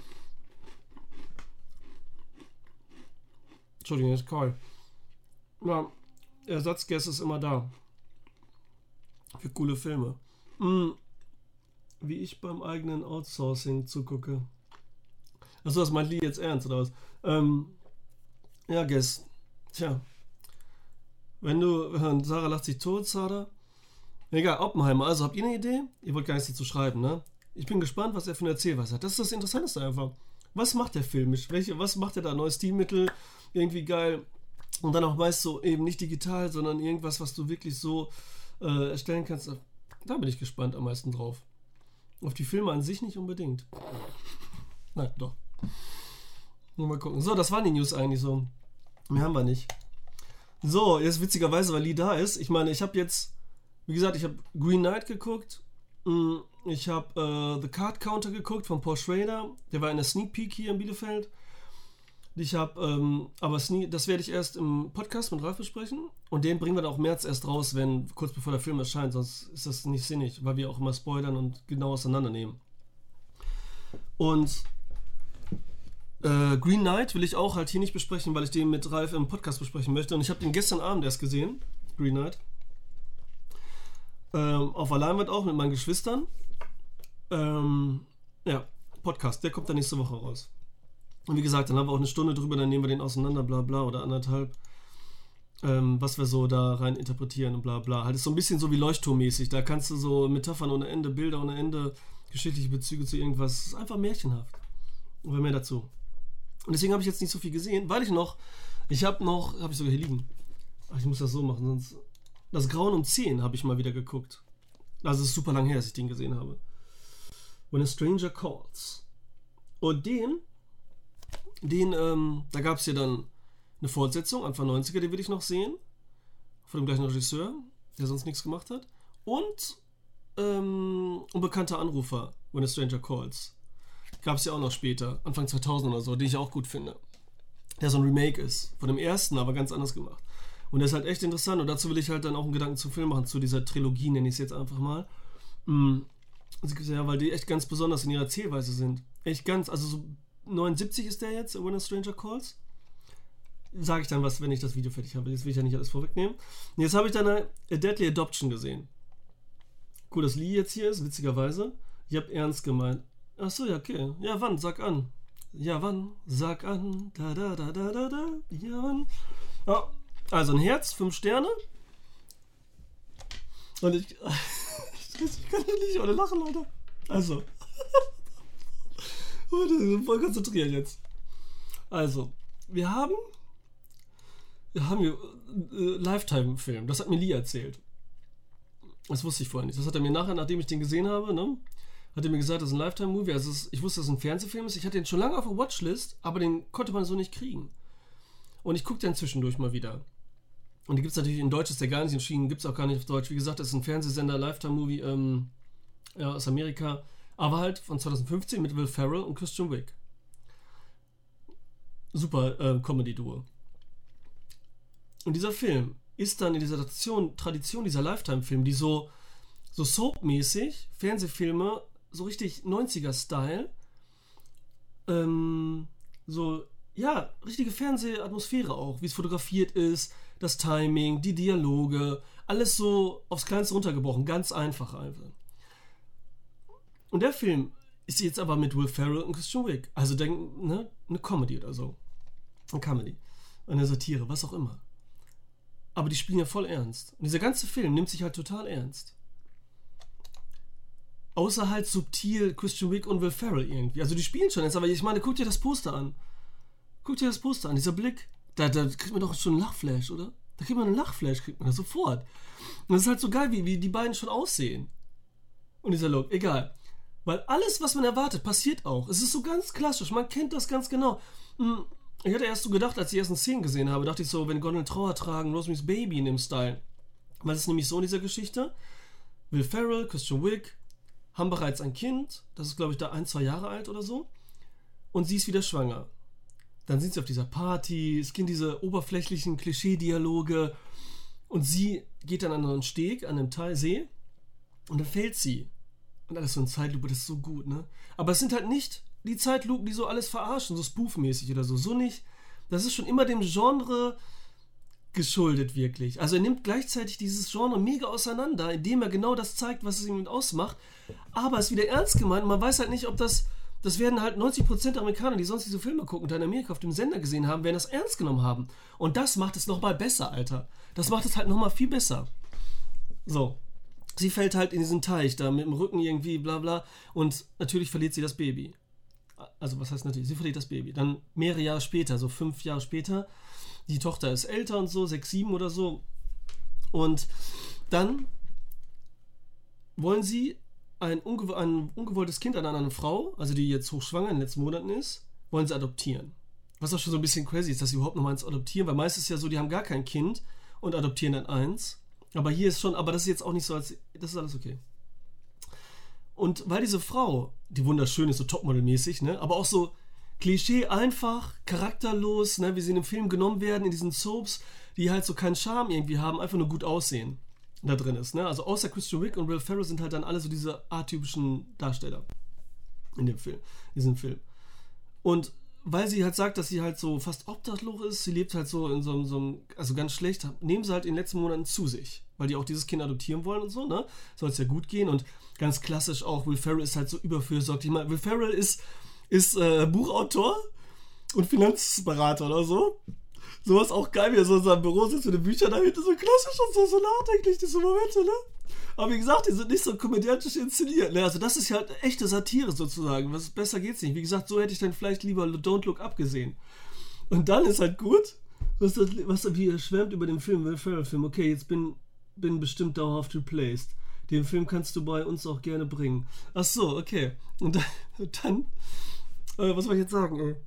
Entschuldigung, ist kalt. Ja, Ersatzgas ist immer da. Für coole Filme. Wie ich beim eigenen Outsourcing zugucke. Achso, das meint Lee jetzt ernst, oder was? Ja, Guess. Tja. Wenn du... Sarah lacht sich tot, Sarah. Egal, Oppenheimer. Also, habt ihr eine Idee? Ihr wollt gar nichts dazu schreiben, ne? Ich bin gespannt, was er für eine Erzählweise hat. Das ist das Interessanteste einfach. Was macht der filmisch? Was macht er da? Neues Stilmittel? Irgendwie geil. Und dann auch meist so eben nicht digital, sondern irgendwas, was du wirklich so erstellen kannst. Da bin ich gespannt am meisten drauf. Auf die Filme an sich nicht unbedingt. Nein, doch. Mal gucken. So, das waren die News eigentlich so. Mehr haben wir nicht. So, jetzt witzigerweise, weil Lee da ist. Ich meine, ich habe jetzt, wie gesagt, ich habe Green Knight geguckt. Ich habe The Card Counter geguckt von Paul Schrader. Der war in der Sneak Peek hier in Bielefeld. Ich habe, das werde ich erst im Podcast mit Ralf besprechen. Und den bringen wir dann auch im März erst raus, kurz bevor der Film erscheint. Sonst ist das nicht sinnig, weil wir auch immer spoilern und genau auseinandernehmen. Und Green Knight will ich auch halt hier nicht besprechen, weil ich den mit Ralf im Podcast besprechen möchte. Und ich habe den gestern Abend erst gesehen, Green Knight. Auf der Leinwand auch mit meinen Geschwistern. Ja, Podcast, der kommt dann nächste Woche raus. Und wie gesagt, dann haben wir auch eine Stunde drüber, dann nehmen wir den auseinander, bla bla, oder anderthalb. Was wir so da rein interpretieren und bla bla. Halt ist so ein bisschen so wie Leuchtturmmäßig. Da kannst du so Metaphern ohne Ende, Bilder ohne Ende, geschichtliche Bezüge zu irgendwas. Es ist einfach märchenhaft. Und mehr dazu. Und deswegen habe ich jetzt nicht so viel gesehen, weil habe ich sogar hier liegen. Ach, ich muss das so machen, sonst... Das Grauen um 10 habe ich mal wieder geguckt. Also es ist super lang her, dass ich den gesehen habe. When a Stranger Calls. Und da gab es ja dann eine Fortsetzung, Anfang 90er, die will ich noch sehen. Von dem gleichen Regisseur, der sonst nichts gemacht hat. Und Unbekannter Anrufer, When a Stranger Calls. Gab es ja auch noch später, Anfang 2000 oder so, den ich auch gut finde. Der so ein Remake ist. Von dem ersten, aber ganz anders gemacht. Und der ist halt echt interessant. Und dazu will ich halt dann auch einen Gedanken zum Film machen, zu dieser Trilogie, nenne ich es jetzt einfach mal. Ja, weil die echt ganz besonders in ihrer Erzählweise sind. Echt ganz, also so 79 ist der jetzt, When a Stranger Calls. Sage ich dann was, wenn ich das Video fertig habe. Jetzt will ich ja nicht alles vorwegnehmen. Und jetzt habe ich dann A Deadly Adoption gesehen. Cool, dass Lee jetzt hier ist, witzigerweise. Ich habe ernst gemeint. Achso, ja, okay. Ja, wann? Sag an. Ja, wann? Sag an. Da, da, da, da, da, da. Ja, wann? Oh, also ein Herz, 5 Sterne. Und ich kann nicht ohne lachen, Leute. Also. Voll konzentriert jetzt. Also, wir haben hier Lifetime-Film. Das hat mir Lee erzählt. Das wusste ich vorher nicht. Das hat er mir nachher, nachdem ich den gesehen habe, ne, hat er mir gesagt, das ist ein Lifetime-Movie. Also ich wusste, dass es ein Fernsehfilm ist. Ich hatte den schon lange auf der Watchlist, aber den konnte man so nicht kriegen. Und ich gucke den zwischendurch mal wieder. Und die gibt es natürlich in Deutsch, ist der gar nicht erschienen, gibt es auch gar nicht auf Deutsch. Wie gesagt, das ist ein Fernsehsender, Lifetime-Movie aus Amerika. Aber halt von 2015 mit Will Ferrell und Christian Wick. Super Comedy-Duo. Und dieser Film ist dann in dieser Tradition dieser Lifetime-Filme, die so Soap-mäßig, Fernsehfilme, so richtig 90er-Style, so, ja, richtige Fernsehatmosphäre auch, wie es fotografiert ist, das Timing, die Dialoge, alles so aufs Kleinste runtergebrochen, ganz einfach einfach. Und der Film ist jetzt aber mit Will Ferrell und Christian Wick, also eine Comedy oder so. Eine Comedy, eine Satire, was auch immer. Aber die spielen ja voll ernst. Und dieser ganze Film nimmt sich halt total ernst. Außer halt subtil Christian Wick und Will Ferrell irgendwie. Also die spielen schon jetzt, aber ich meine, guck dir das Poster an. Dieser Blick. Da kriegt man doch schon einen Lachflash, oder? Da kriegt man einen Lachflash, sofort. Und das ist halt so geil, wie die beiden schon aussehen. Und dieser Look, egal. Weil alles, was man erwartet, passiert auch. Es ist so ganz klassisch, man kennt das ganz genau. Ich hatte erst so gedacht, als ich die ersten Szenen gesehen habe, dachte ich so, wenn Gondeln Trauer tragen, Rosemary's Baby in dem Style. Weil es ist nämlich so in dieser Geschichte, Will Ferrell, Christian Wick haben bereits ein Kind, das ist glaube ich da 1-2 Jahre alt oder so, und sie ist wieder schwanger. Dann sind sie auf dieser Party, es gehen diese oberflächlichen Klischee-Dialoge und sie geht dann an einen Steg, an einem See und dann fällt sie Und alles so in Zeitlupe, das ist so gut, ne? Aber es sind halt nicht die Zeitlupen, die so alles verarschen, so spoofmäßig oder so. So nicht. Das ist schon immer dem Genre geschuldet, wirklich. Also er nimmt gleichzeitig dieses Genre mega auseinander, indem er genau das zeigt, was es ihm ausmacht. Aber es ist wieder ernst gemeint. Man weiß halt nicht, ob das werden halt 90% der Amerikaner, die sonst diese Filme gucken und in Amerika auf dem Sender gesehen haben, werden das ernst genommen haben. Und das macht es nochmal besser, Alter. Das macht es halt nochmal viel besser. So. Sie fällt halt in diesen Teich da mit dem Rücken irgendwie, bla bla. Und natürlich verliert sie das Baby. Also was heißt natürlich? Sie verliert das Baby. Dann mehrere Jahre später, so 5 Jahre später, die Tochter ist älter und so, 6, 7 oder so. Und dann wollen sie ein ungewolltes Kind an eine Frau, also die jetzt hochschwanger in den letzten Monaten ist, wollen sie adoptieren. Was auch schon so ein bisschen crazy ist, dass sie überhaupt noch mal eins adoptieren, weil meistens ist ja so, die haben gar kein Kind und adoptieren dann eins. Aber hier ist schon, aber das ist jetzt auch nicht so, das ist alles okay. Und weil diese Frau, die wunderschön ist, so Topmodel-mäßig, ne, aber auch so Klischee einfach, charakterlos, ne, wie sie in dem Film genommen werden, in diesen Soaps, die halt so keinen Charme irgendwie haben, einfach nur gut aussehen, da drin ist, ne. Also außer Christian Wick und Will Ferrell sind halt dann alle so diese atypischen Darsteller in diesem Film. Und weil sie halt sagt, dass sie halt so fast obdachlos ist, sie lebt halt so in so einem, also ganz schlecht, nehmen sie halt in den letzten Monaten zu sich, weil die auch dieses Kind adoptieren wollen und so, ne, soll es ja gut gehen und ganz klassisch auch, Will Ferrell ist halt so überfürsorglich. Ich meine, Will Ferrell ist Buchautor und Finanzberater oder so. Sowas auch geil, wie er so in seinem Büro sitzt mit den Büchern dahinter, so klassisch und so nachdenklich, diese Momente, ne? Aber wie gesagt, die sind nicht so komödiantisch inszeniert, ne? Also das ist ja halt echte Satire sozusagen. Besser geht's nicht. Wie gesagt, so hätte ich dann vielleicht lieber Don't Look Up gesehen. Und dann ist halt gut, was wie er schwärmt über den Film, Will Ferrell-Film. Okay, jetzt bin bestimmt dauerhaft replaced. Den Film kannst du bei uns auch gerne bringen. Ach so, okay. Und dann was soll ich jetzt sagen, ey?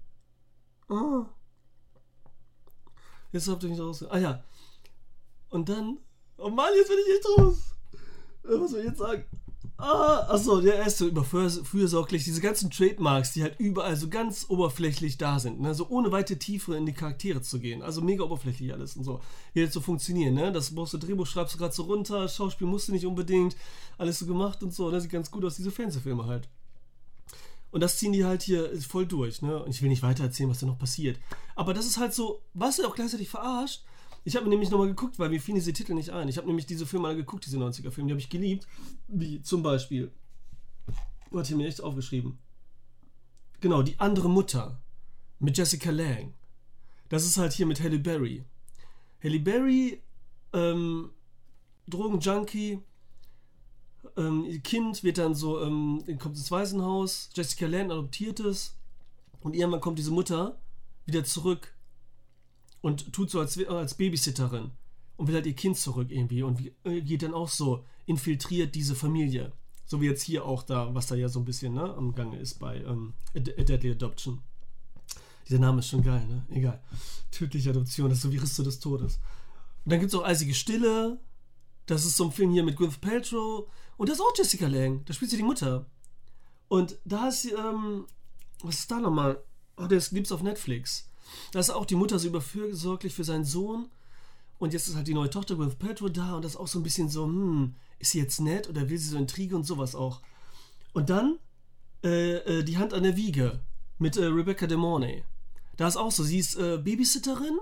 Jetzt habt ihr mich raus. Ah ja. Und dann, oh Mann, jetzt bin ich echt raus. Was soll ich jetzt sagen? Achso, er ist so überfürsorglich. Diese ganzen Trademarks, die halt überall so ganz oberflächlich da sind, ne? So ohne weite Tiefe in die Charaktere zu gehen. Also mega oberflächlich alles und so. Wie jetzt so funktionieren, ne? Das brauchst du Drehbuch, schreibst du gerade so runter, Schauspiel musst du nicht unbedingt, alles so gemacht und so. Das sieht ganz gut aus, diese Fernsehfilme halt. Und das ziehen die halt hier voll durch, ne? Und ich will nicht weiter erzählen, was da noch passiert. Aber das ist halt so, was er auch gleichzeitig verarscht. Ich habe mir nämlich nochmal geguckt, weil mir fielen diese Titel nicht ein. Ich habe nämlich diese Filme alle geguckt, diese 90er-Filme, die habe ich geliebt. Wie zum Beispiel, hat hier mir echt aufgeschrieben. Genau, Die andere Mutter mit Jessica Lange. Das ist halt hier mit Halle Berry. Halle Berry, Drogenjunkie, ihr Kind wird dann so, kommt ins Waisenhaus, Jessica Lange adoptiert es und irgendwann kommt diese Mutter wieder zurück und tut so als Babysitterin und will halt ihr Kind zurück irgendwie und geht dann auch so, infiltriert diese Familie. So wie jetzt hier auch da, was da ja so ein bisschen, ne, am Gange ist bei A Deadly Adoption. Dieser Name ist schon geil, ne? Egal. Tödliche Adoption, das ist so wie Risse des Todes. Und dann gibt es auch Eisige Stille. Das ist so ein Film hier mit Gwyneth Paltrow. Und da ist auch Jessica Lange. Da spielt sie die Mutter. Und da ist sie, was ist da nochmal? Oh, das gibt's auf Netflix. Da ist auch die Mutter so überfürsorglich für seinen Sohn. Und jetzt ist halt die neue Tochter Gwyneth Paltrow da. Und das ist auch so ein bisschen so, ist sie jetzt nett oder will sie so Intrige und sowas auch. Und dann Die Hand an der Wiege mit Rebecca De Mornay. Da ist auch so, sie ist Babysitterin.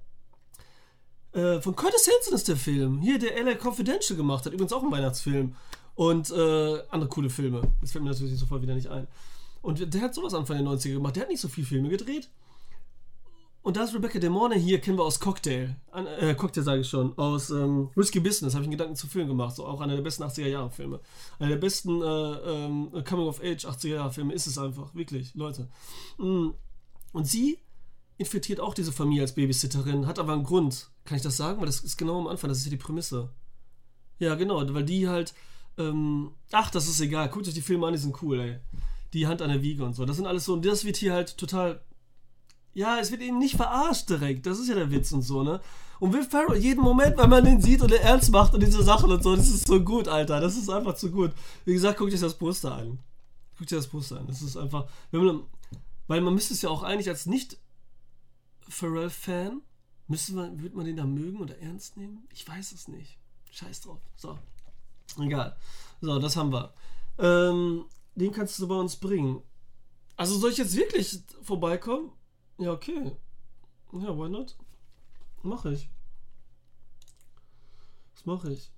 Von Curtis Hanson ist der Film. Hier, der LA Confidential gemacht hat. Übrigens auch ein Weihnachtsfilm. Und andere coole Filme. Das fällt mir natürlich sofort wieder nicht ein. Und der hat sowas Anfang der 90er gemacht. Der hat nicht so viele Filme gedreht. Und da ist Rebecca De Mornay, hier kennen wir aus Cocktail. Cocktail sage ich schon. Aus Risky Business habe ich einen Gedanken zu Film gemacht. So auch einer der besten 80er-Jahre-Filme. Einer der besten Coming-of-Age 80er-Jahre-Filme ist es einfach. Wirklich, Leute. Und sie infiltriert auch diese Familie als Babysitterin. Hat aber einen Grund. Kann ich das sagen? Weil das ist genau am Anfang. Das ist ja die Prämisse. Ja, genau. Weil die halt... das ist egal. Guckt euch die Filme an, die sind cool, ey. Die Hand an der Wiege und so. Das sind alles so... Und das wird hier halt total... Ja, es wird eben nicht verarscht direkt. Das ist ja der Witz und so, ne? Und Will Ferrell, jeden Moment, wenn man den sieht und er ernst macht und diese Sachen und so, das ist so gut, Alter. Das ist einfach zu gut. Wie gesagt, guckt euch das Poster an. Guckt euch das Poster an. Das ist einfach... weil man müsste es ja auch eigentlich als Nicht-Ferrell-Fan, würde man den da mögen oder ernst nehmen? Ich weiß es nicht. Scheiß drauf. So. Egal. So, das haben wir. Den kannst du bei uns bringen. Also soll ich jetzt wirklich vorbeikommen? Ja, okay. Ja, why not? Mache ich. Das mache ich.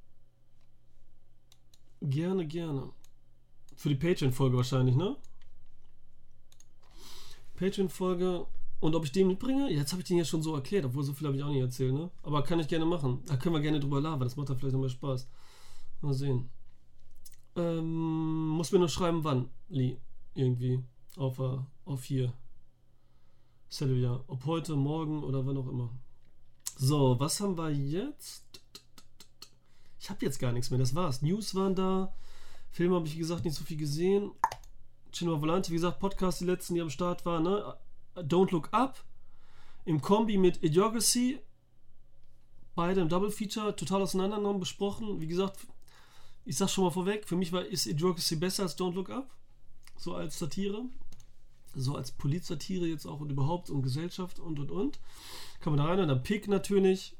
Gerne, gerne. Für die Patreon-Folge wahrscheinlich, ne? Patreon-Folge. Und ob ich den mitbringe? Jetzt habe ich den ja schon so erklärt, obwohl so viel habe ich auch nicht erzählt, ne? Aber kann ich gerne machen. Da können wir gerne drüber labern. Das macht dann vielleicht noch mehr Spaß. Mal sehen. Muss mir nur schreiben, wann, Lee. Irgendwie. Auf hier. Silvia. Ob heute, morgen oder wann auch immer. So, was haben wir jetzt? Ich habe jetzt gar nichts mehr, das war's. News waren da. Film habe ich, wie gesagt, nicht so viel gesehen. Cinema Volante, wie gesagt, Podcast, die letzten, die am Start waren, ne? Don't Look Up. Im Kombi mit Idiocracy. Beide im Double Feature, total auseinandergenommen, besprochen. Wie gesagt, ich sag schon mal vorweg, für mich ist Idiocracy besser als Don't Look Up. So als Satire. So als Polizsatire jetzt auch und überhaupt und Gesellschaft und. Kann man da rein und dann Pick natürlich.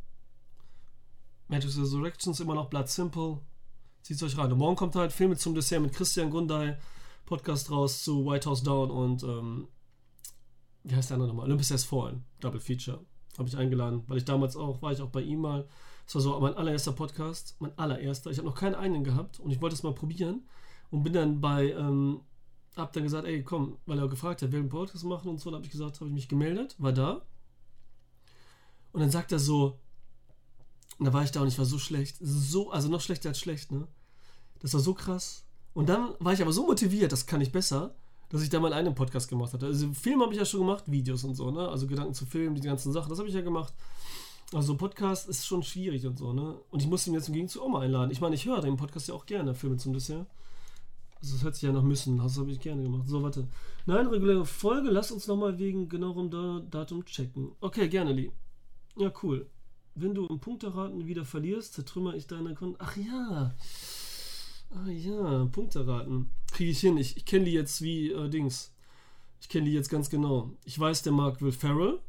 Matrix Resurrections immer noch Blood Simple. Zieht's euch rein. Und morgen kommt halt Filme zum Dessert mit Christian Gundai. Podcast raus zu White House Down und wie heißt der andere nochmal? Olympus Has Fallen. Double Feature. Habe ich eingeladen, weil ich damals war ich auch bei ihm mal. Das war so mein allererster Podcast. Mein allererster. Ich habe noch keinen eigenen gehabt und ich wollte es mal probieren. Und bin dann hab dann gesagt, ey, komm, weil er gefragt hat, will einen Podcast machen und so, dann habe ich gesagt, habe ich mich gemeldet, war da. Und dann sagt er so, und da war ich da und ich war so schlecht, also noch schlechter als schlecht, ne? Das war so krass. Und dann war ich aber so motiviert, das kann ich besser, dass ich da mal einen Podcast gemacht hatte. Also Film habe ich ja schon gemacht, Videos und so, ne? Also Gedanken zu Filmen, die ganzen Sachen, das habe ich ja gemacht. Also Podcast ist schon schwierig und so, ne? Und ich musste ihn jetzt im Gegenzug auch mal einladen. Ich meine, ich höre den Podcast ja auch gerne, Filme zum Dessert. Also das hört sich ja noch müssen, das habe ich gerne gemacht. So, warte. Nein, reguläre Folge, lass uns nochmal wegen genauerem Datum checken. Okay, gerne, Lee. Ja, cool. Wenn du im Punkteraten wieder verlierst, zertrümmer ich deine Konten. Ach ja. Ah ja, Punkteraten. Kriege ich hin. Ich kenne die jetzt wie Dings. Ich kenne die jetzt ganz genau. Ich weiß, der mag Will Ferrell.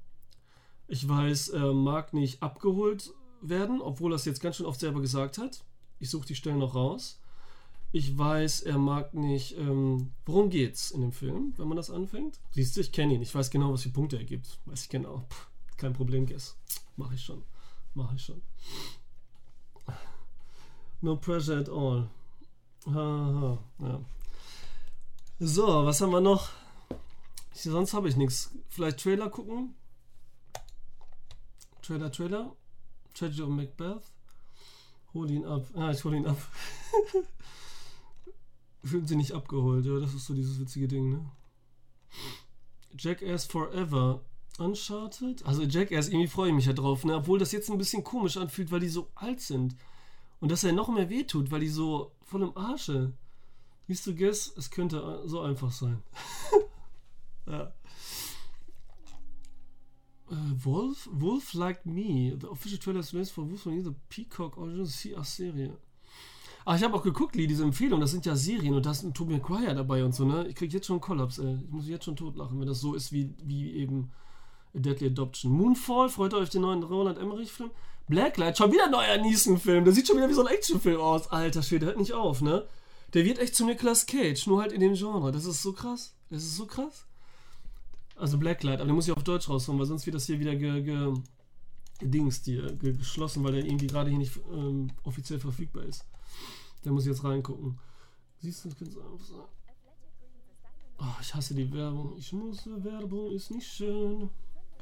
Ich weiß, er mag nicht abgeholt werden, obwohl er es jetzt ganz schön oft selber gesagt hat. Ich suche die Stellen noch raus. Ich weiß, er mag nicht. Worum geht's in dem Film, wenn man das anfängt? Siehst du, ich kenne ihn. Ich weiß genau, was für Punkte er gibt. Weiß ich genau. Kein Problem, Guess. Mach ich schon. No pressure at all. Haha, ja. So, was haben wir noch? Sonst habe ich nichts. Vielleicht Trailer gucken? Trailer. Tragedy of Macbeth. Hol ihn ab. Ich hol ihn ab. Fühlen sie nicht abgeholt, ja, das ist so dieses witzige Ding, ne? Jackass Forever. Uncharted? Also Jackass, irgendwie freue ich mich ja drauf, ne? Obwohl das jetzt ein bisschen komisch anfühlt, weil die so alt sind. Und dass er noch mehr wehtut, weil die so voll im Arsche. Siehst du, Guess, es könnte so einfach sein. Ja. Wolf Like Me. The official trailer is released for Wolf from the Peacock Original Serie. Ich habe auch geguckt, Lee, diese Empfehlung, das sind ja Serien und da ist ein Tobey Maguire dabei und so, ne? Ich krieg jetzt schon einen Kollaps, ey. Ich muss mich jetzt schon totlachen, wenn das so ist wie eben A Deadly Adoption. Moonfall, freut euch auf den neuen Roland Emmerich-Film. Blacklight, schon wieder ein neuer Neeson-Film. Der sieht schon wieder wie so ein Actionfilm aus. Alter Schwede, hört nicht auf, ne? Der wird echt zu Nicolas Cage, nur halt in dem Genre. Das ist so krass. Also Blacklight, aber den muss ich auf Deutsch rausholen, weil sonst wird das hier wieder geschlossen, weil der irgendwie gerade hier nicht offiziell verfügbar ist. Der muss jetzt reingucken. Siehst du, das könnte einfach sein. Ich hasse die Werbung. Werbung ist nicht schön.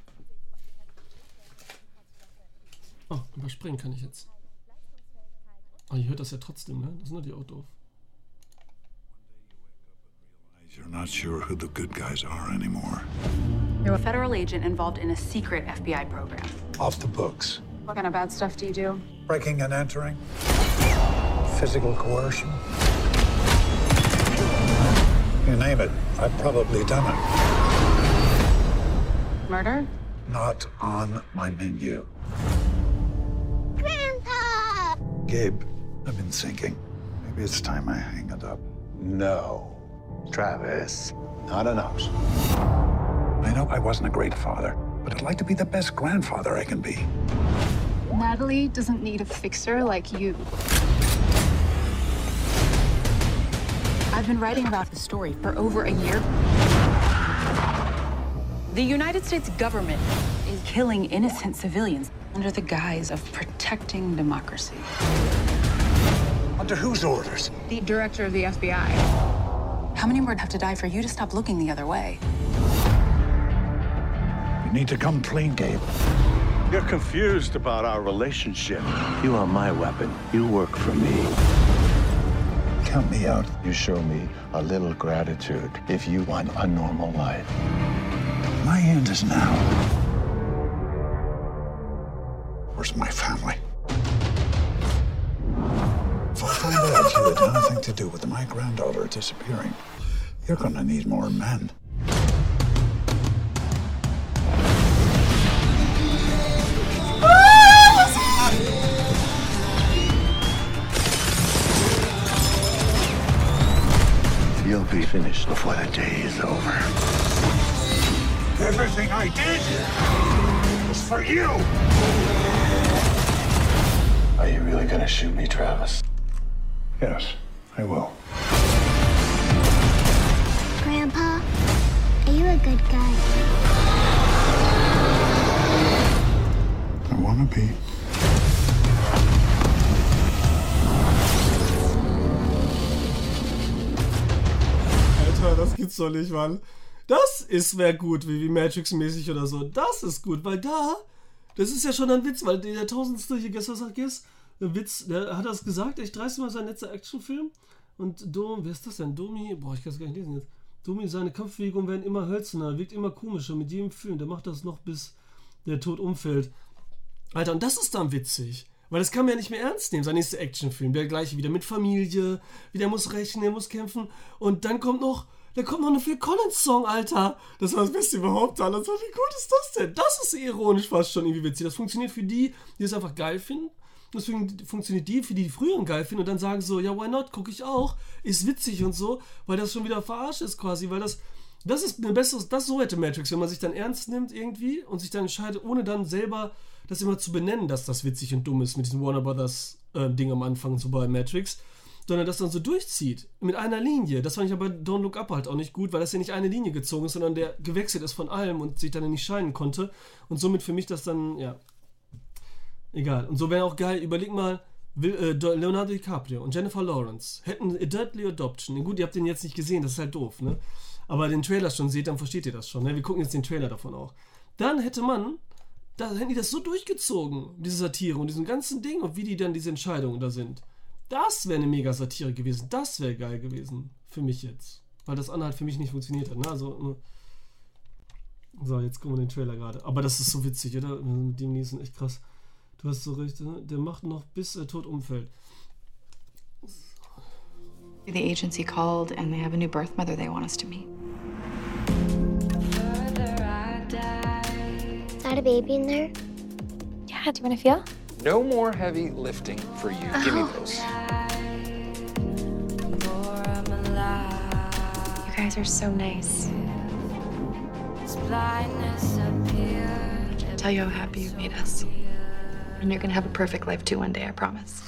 Überspringen kann ich jetzt. Ihr hört das ja trotzdem, ne? Das sind natürlich auch doof. You're not sure who the good guys are anymore. You're a federal agent involved in a secret FBI program. Off the books. What kind of bad stuff do you do? Breaking and entering. Physical coercion. You name it, I've probably done it. Murder? Not on my menu. Grandpa! Gabe, I've been thinking. Maybe it's time I hang it up. No. Travis, not enough. I know I wasn't a great father, but I'd like to be the best grandfather I can be. Natalie doesn't need a fixer like you. I've been writing about the story for over a year. The United States government is killing innocent civilians under the guise of protecting democracy. Under whose orders? The director of the FBI. How many more have to die for you to stop looking the other way? You need to come clean, Gabe. You're confused about our relationship. You are my weapon. You work for me. Count me out. You show me a little gratitude if you want a normal life. My end is now. Where's my family? If I find out you had anything to do with my granddaughter disappearing, you're gonna need more men. You'll be finished before the day is over. Everything I did was for you. Are you really gonna shoot me, Travis? Yes, I will. Grandpa, are you a good guy? I wanna be. Alter, das gibt's doch nicht, Mann. Das wäre gut, wie Matrix-mäßig oder so. Das ist gut, weil das ist ja schon ein Witz, weil der tausendste hier gestern sagt, ein Witz, der hat das gesagt, echt 30 Mal sein letzter Actionfilm. Und wer ist das denn? Domi, ich kann es gar nicht lesen jetzt. Domi, seine Kampfbewegungen werden immer hölzerner, wirkt immer komischer mit jedem Film. Der macht das noch, bis der Tod umfällt. Alter, und das ist dann witzig. Weil das kann man ja nicht mehr ernst nehmen, sein nächster Actionfilm. Der gleiche wieder mit Familie, der muss rächen, der muss kämpfen. Und dann kommt noch ein Phil Collins-Song, Alter. Das war das Beste überhaupt, Alter. So, wie gut ist das denn? Das ist ironisch fast schon irgendwie witzig. Das funktioniert für die es einfach geil finden. Deswegen funktioniert für die früheren geil finden und dann sagen so, ja, why not, gucke ich auch. Ist witzig und so, weil das schon wieder verarscht ist quasi, weil das ist ein besseres, so hätte Matrix, wenn man sich dann ernst nimmt irgendwie und sich dann entscheidet, ohne dann selber das immer zu benennen, dass das witzig und dumm ist mit diesem Warner Brothers Ding am Anfang so bei Matrix, sondern das dann so durchzieht, mit einer Linie. Das fand ich aber bei Don't Look Up halt auch nicht gut, weil das ja nicht eine Linie gezogen ist, sondern der gewechselt ist von allem und sich dann nicht scheiden konnte und somit für mich das dann, ja, egal. Und so wäre auch geil, überleg mal, Leonardo DiCaprio und Jennifer Lawrence hätten A Deadly Adoption. Gut, ihr habt den jetzt nicht gesehen, das ist halt doof, ne? Aber den Trailer schon seht, dann versteht ihr das schon, ne? Wir gucken jetzt den Trailer davon auch. Dann hätten die das so durchgezogen, diese Satire und diesen ganzen Ding und wie die dann diese Entscheidungen da sind. Das wäre eine mega Satire gewesen. Das wäre geil gewesen. Für mich jetzt. Weil das andere halt für mich nicht funktioniert hat. Ne? Also, so, jetzt gucken wir den Trailer gerade. Aber das ist so witzig, oder? Mit dem Niesen, echt krass. Du hast so recht. Ne? Der macht noch, bis er tot umfällt. The agency called and they have a new birth mother they want us to meet. Is that a baby in there? Yeah, do you want to feel? No more heavy lifting for you. Give me those. You guys are so nice. Tell you how happy you've made us. And you're gonna have a perfect life too one day, I promise.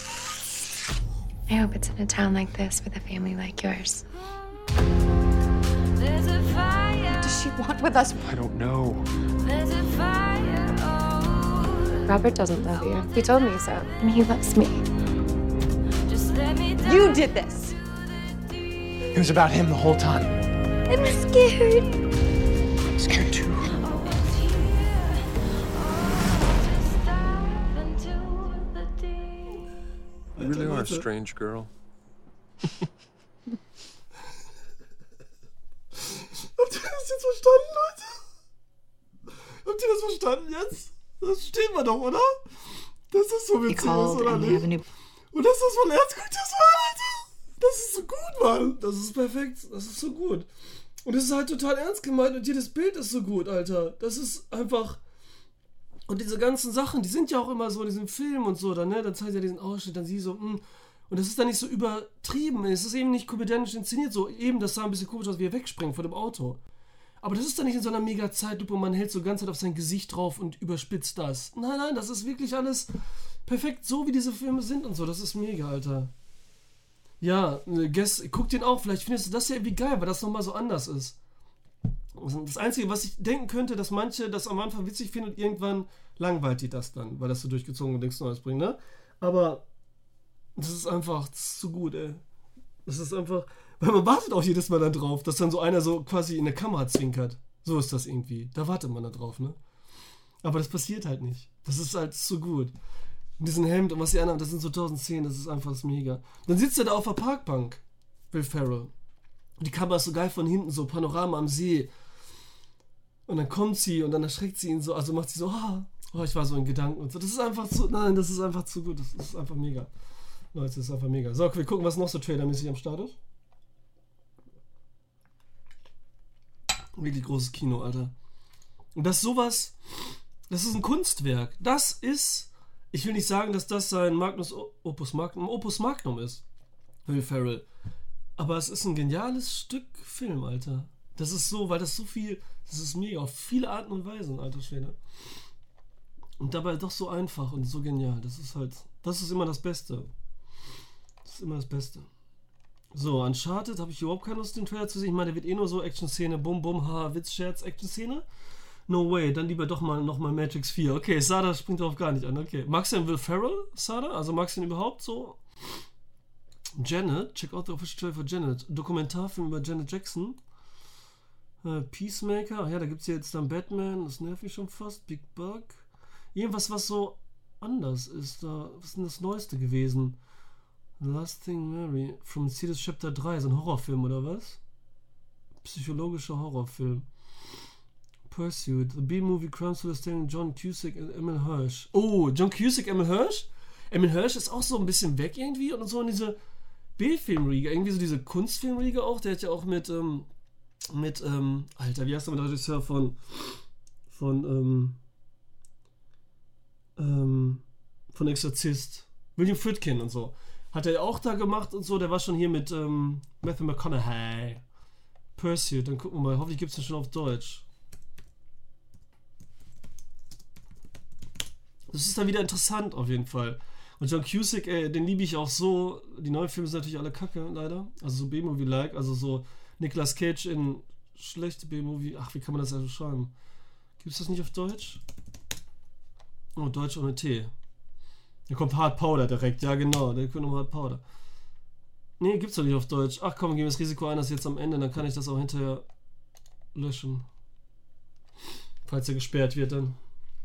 I hope it's in a town like this with a family like yours. What does she want with us? I don't know. Robert doesn't love you. He told me so. And he loves me. You did this! It was about him the whole time. I'm scared. I'm scared too. You really are a strange girl. Habt ihr das jetzt verstanden, Leute? Habt ihr das verstanden jetzt? Das verstehen wir doch, oder? Das ist so witzig, oder nicht? Und dass das von Herzgut ist, Alter! Das ist so gut, Mann! Das ist perfekt, das ist so gut. Und es ist halt total ernst gemeint und jedes Bild ist so gut, Alter. Das ist einfach... Und diese ganzen Sachen, die sind ja auch immer so in diesem Film und so, dann, ne? Dann zeigt er diesen Ausschnitt, dann sie so, Und das ist dann nicht so übertrieben. Es ist eben nicht komödiantisch inszeniert, so eben, das sah ein bisschen komisch aus, wie er wegspringt von dem Auto. Aber das ist dann nicht in so einer mega Zeitlupe und man hält so die ganze Zeit auf sein Gesicht drauf und überspitzt das. Nein, das ist wirklich alles perfekt so, wie diese Filme sind und so. Das ist mega, Alter. Ja, guck den auch, vielleicht findest du das ja irgendwie geil, weil das nochmal so anders ist. Das Einzige, was ich denken könnte, dass manche das am Anfang witzig finden und irgendwann langweilt die das dann, weil das so durchgezogen und nichts Neues bringt, ne? Aber das ist einfach zu gut, ey. Das ist einfach, weil man wartet auch jedes Mal dann drauf, dass dann so einer so quasi in der Kamera zwinkert. So ist das irgendwie. Da wartet man da drauf, ne? Aber das passiert halt nicht. Das ist halt zu gut. Und diesen Hemd und was die anderen, das sind so 1000 Szenen, das ist einfach das mega. Dann sitzt er da auf der Parkbank, Will Ferrell. Und die Kamera ist so geil von hinten, so Panorama am See. Und dann kommt sie und dann erschreckt sie ihn so, also macht sie so, oh, ich war so in Gedanken und so. Das ist einfach zu, nein, das ist einfach zu gut. Das ist einfach mega. Leute, das ist einfach mega. So, wir gucken, was noch so trailermäßig am Start ist. Wirklich großes Kino, Alter. Und das ist sowas, das ist ein Kunstwerk. Das ist, ich will nicht sagen, dass das sein Opus Magnum ist, Will Ferrell. Aber es ist ein geniales Stück Film, Alter. Das ist so, weil das so viel, das ist mega, auf viele Arten und Weisen, alter Schwede. Und dabei doch so einfach und so genial. Das ist halt, das ist immer das Beste. Das ist immer das Beste. So, Uncharted habe ich überhaupt keine Lust, den Trailer zu sehen. Ich meine, der wird eh nur so Action-Szene, Bum, Bum, Ha, Witz, Scherz, Action-Szene. No way, dann lieber doch mal nochmal Matrix 4. Okay, Sada springt darauf gar nicht an. Okay, magst du den Will Ferrell, Sada? Also magst du ihn überhaupt so? Janet, check out the official trailer for Janet. Dokumentarfilm über Janet Jackson. Peacemaker, ach ja, da gibt es jetzt dann Batman, das nervt mich schon fast. Big Bug. Irgendwas, was so anders ist. Was ist denn das Neueste gewesen? The Last Thing Mary, from Cetus Chapter 3, so ein Horrorfilm oder was? Psychologischer Horrorfilm. Pursuit, the B-Movie Crime Thriller starring John Cusack und Emil Hirsch. Oh, John Cusack, Emil Hirsch? Emil Hirsch ist auch so ein bisschen weg irgendwie und so in diese B-Film-Riege, irgendwie so diese Kunstfilm-Riege auch. Der hat ja auch mit Alter, wie heißt der Regisseur von Exorzist? William Friedkin und so. Hat er ja auch da gemacht und so. Der war schon hier mit Matthew McConaughey. Pursuit, dann gucken wir mal. Hoffentlich gibt es den schon auf Deutsch. Das ist dann wieder interessant auf jeden Fall. Und John Cusack, den liebe ich auch so. Die neuen Filme sind natürlich alle kacke, leider. Also so B-Movie-like. Also so Nicolas Cage in schlechte B-Movie. Ach, wie kann man das also schreiben? Gibt es das nicht auf Deutsch? Oh, Deutsch ohne T. Da kommt Hard Powder direkt. Ja, genau. Da kommt noch Hard Powder. Nee, gibt's doch nicht auf Deutsch. Ach komm, gehen wir das Risiko ein, dass jetzt am Ende, dann kann ich das auch hinterher löschen. Falls er gesperrt wird, dann.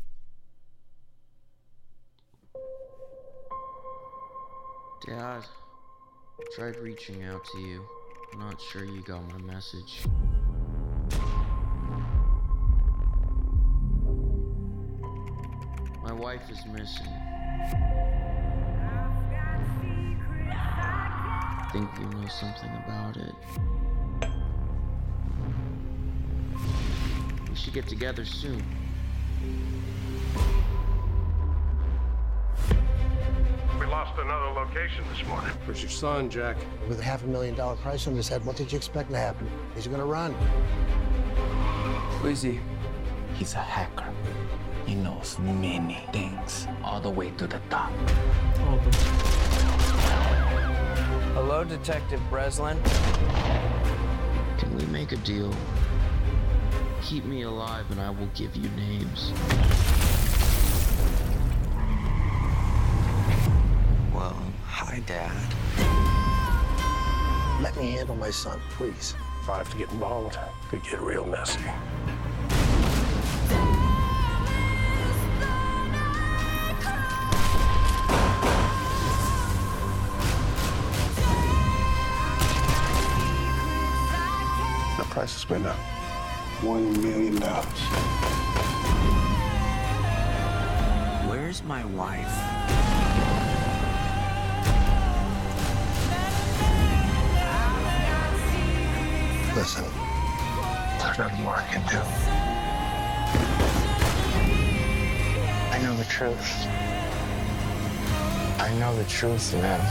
Dad, tried reaching out to you. Not sure you got my message. My wife is missing. Think you know something about it. We should get together soon. We lost another location this morning. Where's your son, Jack? With a $500,000 price on his head, what did you expect to happen? He's gonna run. Who is he? He's a hacker. He knows many things, all the way to the top. Hello, Detective Breslin. Can we make a deal? Keep me alive and I will give you names. Well, hi, Dad. Let me handle my son, please. If I have to get involved, it could get real messy. The price has been up. $1 million. Where's my wife? Listen, there's nothing more I can do. I know the truth. I know the truth, man.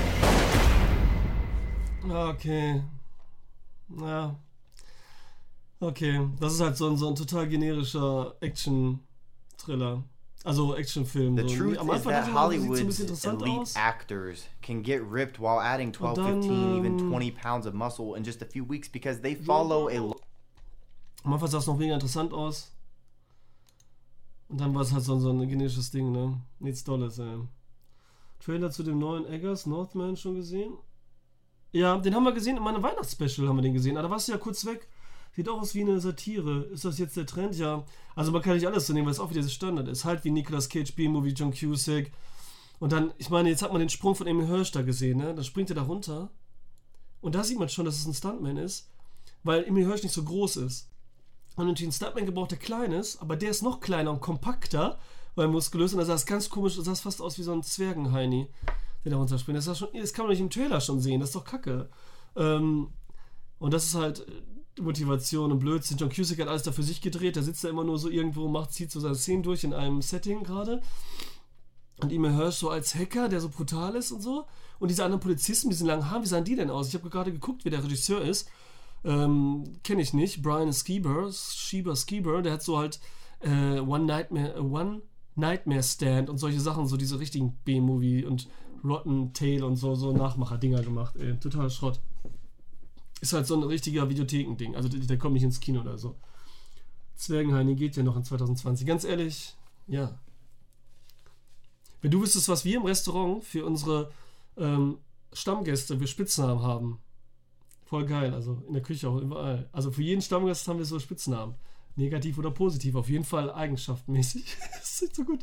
Okay. Ja. Okay, das ist halt so ein total generischer Action-Thriller. Also Actionfilm. The so. truth Am is Anfang that sieht so ein bisschen Hollywood's interessant elite aus. actors can get ripped while adding 12, dann, 15, even 20 pounds of muscle in just a few weeks because they follow a... Am Anfang sah es noch weniger interessant aus. Und dann war es halt so ein generisches Ding, ne? Nichts Dolles, ey. Trailer zu dem neuen Eggers, Northman schon gesehen? Ja, den haben wir gesehen in meinem Weihnachtsspecial, haben wir den gesehen. Aber da warst du ja kurz weg. Sieht auch aus wie eine Satire. Ist das jetzt der Trend? Ja. Also man kann nicht alles so nehmen, weil es auch wieder so Standard ist. Halt wie Nicolas Cage, B-Movie, John Cusack. Und dann, ich meine, jetzt hat man den Sprung von Emil Hirsch da gesehen, ne? Dann springt er da runter. Und da sieht man schon, dass es ein Stuntman ist. Weil Emil Hirsch nicht so groß ist. Und natürlich einen Stuntman gebraucht, der klein ist. Aber der ist noch kleiner und kompakter, weil muskulös. Und da sah es ganz komisch, da sah es fast aus wie so ein Zwergenheini, der da runterspringt. Das kann man nicht im Trailer schon sehen. Das ist doch kacke. Und das ist halt... Motivation und Blödsinn. John Cusack hat alles da für sich gedreht, der sitzt da immer nur so irgendwo, zieht so seine Szenen durch in einem Setting gerade. Und Emil Hirsch so als Hacker, der so brutal ist und so. Und diese anderen Polizisten, diesen langen Haaren, wie sahen die denn aus? Ich habe gerade geguckt, wer der Regisseur ist. Kenne ich nicht. Brian Skiber, der hat so halt One Nightmare Stand und solche Sachen, so diese richtigen B-Movie und Rotten Tail und so Nachmacher-Dinger gemacht, ey. Total Schrott. Ist halt so ein richtiger Videothekending. Also der kommt nicht ins Kino oder so. Zwergenheini geht ja noch in 2020. Ganz ehrlich, ja. Wenn du wüsstest, was wir im Restaurant für unsere Stammgäste für Spitznamen haben. Voll geil. Also in der Küche auch überall. Also für jeden Stammgast haben wir so Spitznamen. Negativ oder positiv. Auf jeden Fall eigenschaftenmäßig. Das ist so gut.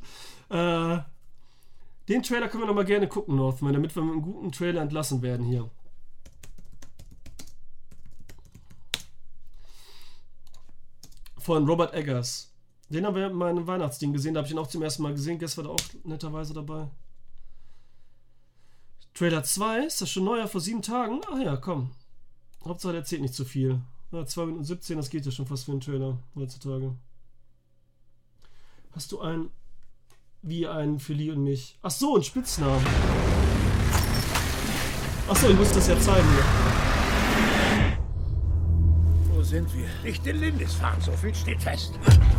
Den Trailer können wir noch mal gerne gucken, Northman, damit wir mit einem guten Trailer entlassen werden hier. Von Robert Eggers. Den haben wir in meinem Weihnachtsding gesehen. Da habe ich ihn auch zum ersten Mal gesehen. Gestern war er auch netterweise dabei. Trailer 2. Ist das schon neuer vor 7 Tagen? Ach ja, komm. Hauptsache, der erzählt nicht zu viel. Ja, 2 Minuten 17, das geht ja schon fast für einen Trailer heutzutage. Hast du einen wie einen für Lee und mich? Ach so, einen Spitznamen. Ach so, ich muss das ja zeigen hier. Sind wir? Nicht in Lindisfarne, so viel steht fest.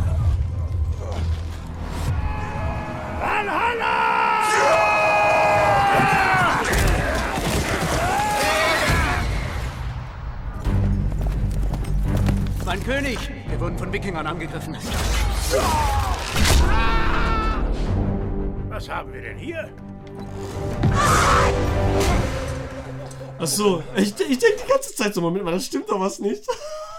Valhalla! Mein König! Wir wurden von Wikingern angegriffen. Was haben wir denn hier? Ach so, ich denke die ganze Zeit so, Moment mal, das stimmt doch was nicht.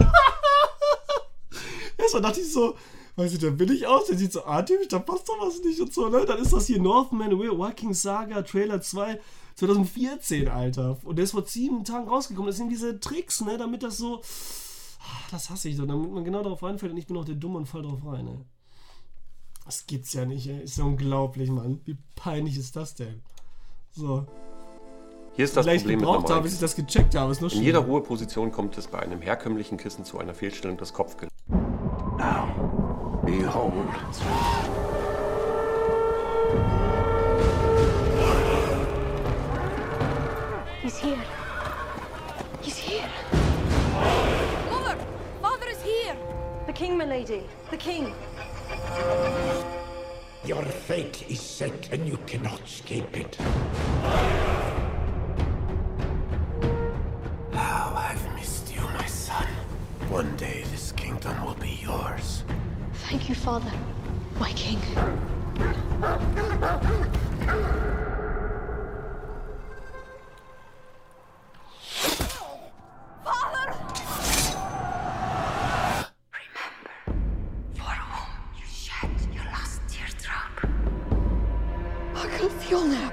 Erstmal dachte ich so, weiß ich, der billig aus, der sieht so atypisch, da passt doch was nicht und so, ne? Dann ist das hier Northman, Viking Saga, Trailer 2, 2014, Alter. Und der ist vor 7 Tagen rausgekommen. Das sind diese Tricks, ne? Damit das so, das hasse ich so, damit man genau darauf reinfällt und ich bin auch der Dumme und fall drauf rein, ne? Das gibt's ja nicht, ey. Ist ja unglaublich, Mann. Wie peinlich ist das denn? So. Hier ist das Problem mit Nummer 1. Bis ich das gecheckt habe, ist noch In jeder Ruheposition kommt es bei einem herkömmlichen Kissen zu einer Fehlstellung des Kopfgelenks. Now, behold. He's here. He's here. Mother! Father is here! The king, my lady. The king. Your fate is set and you cannot escape it. How I've missed you, my son. One day this kingdom will be yours. Thank you, Father. My king. Father! Remember, for whom you shed your last teardrop. I can feel now.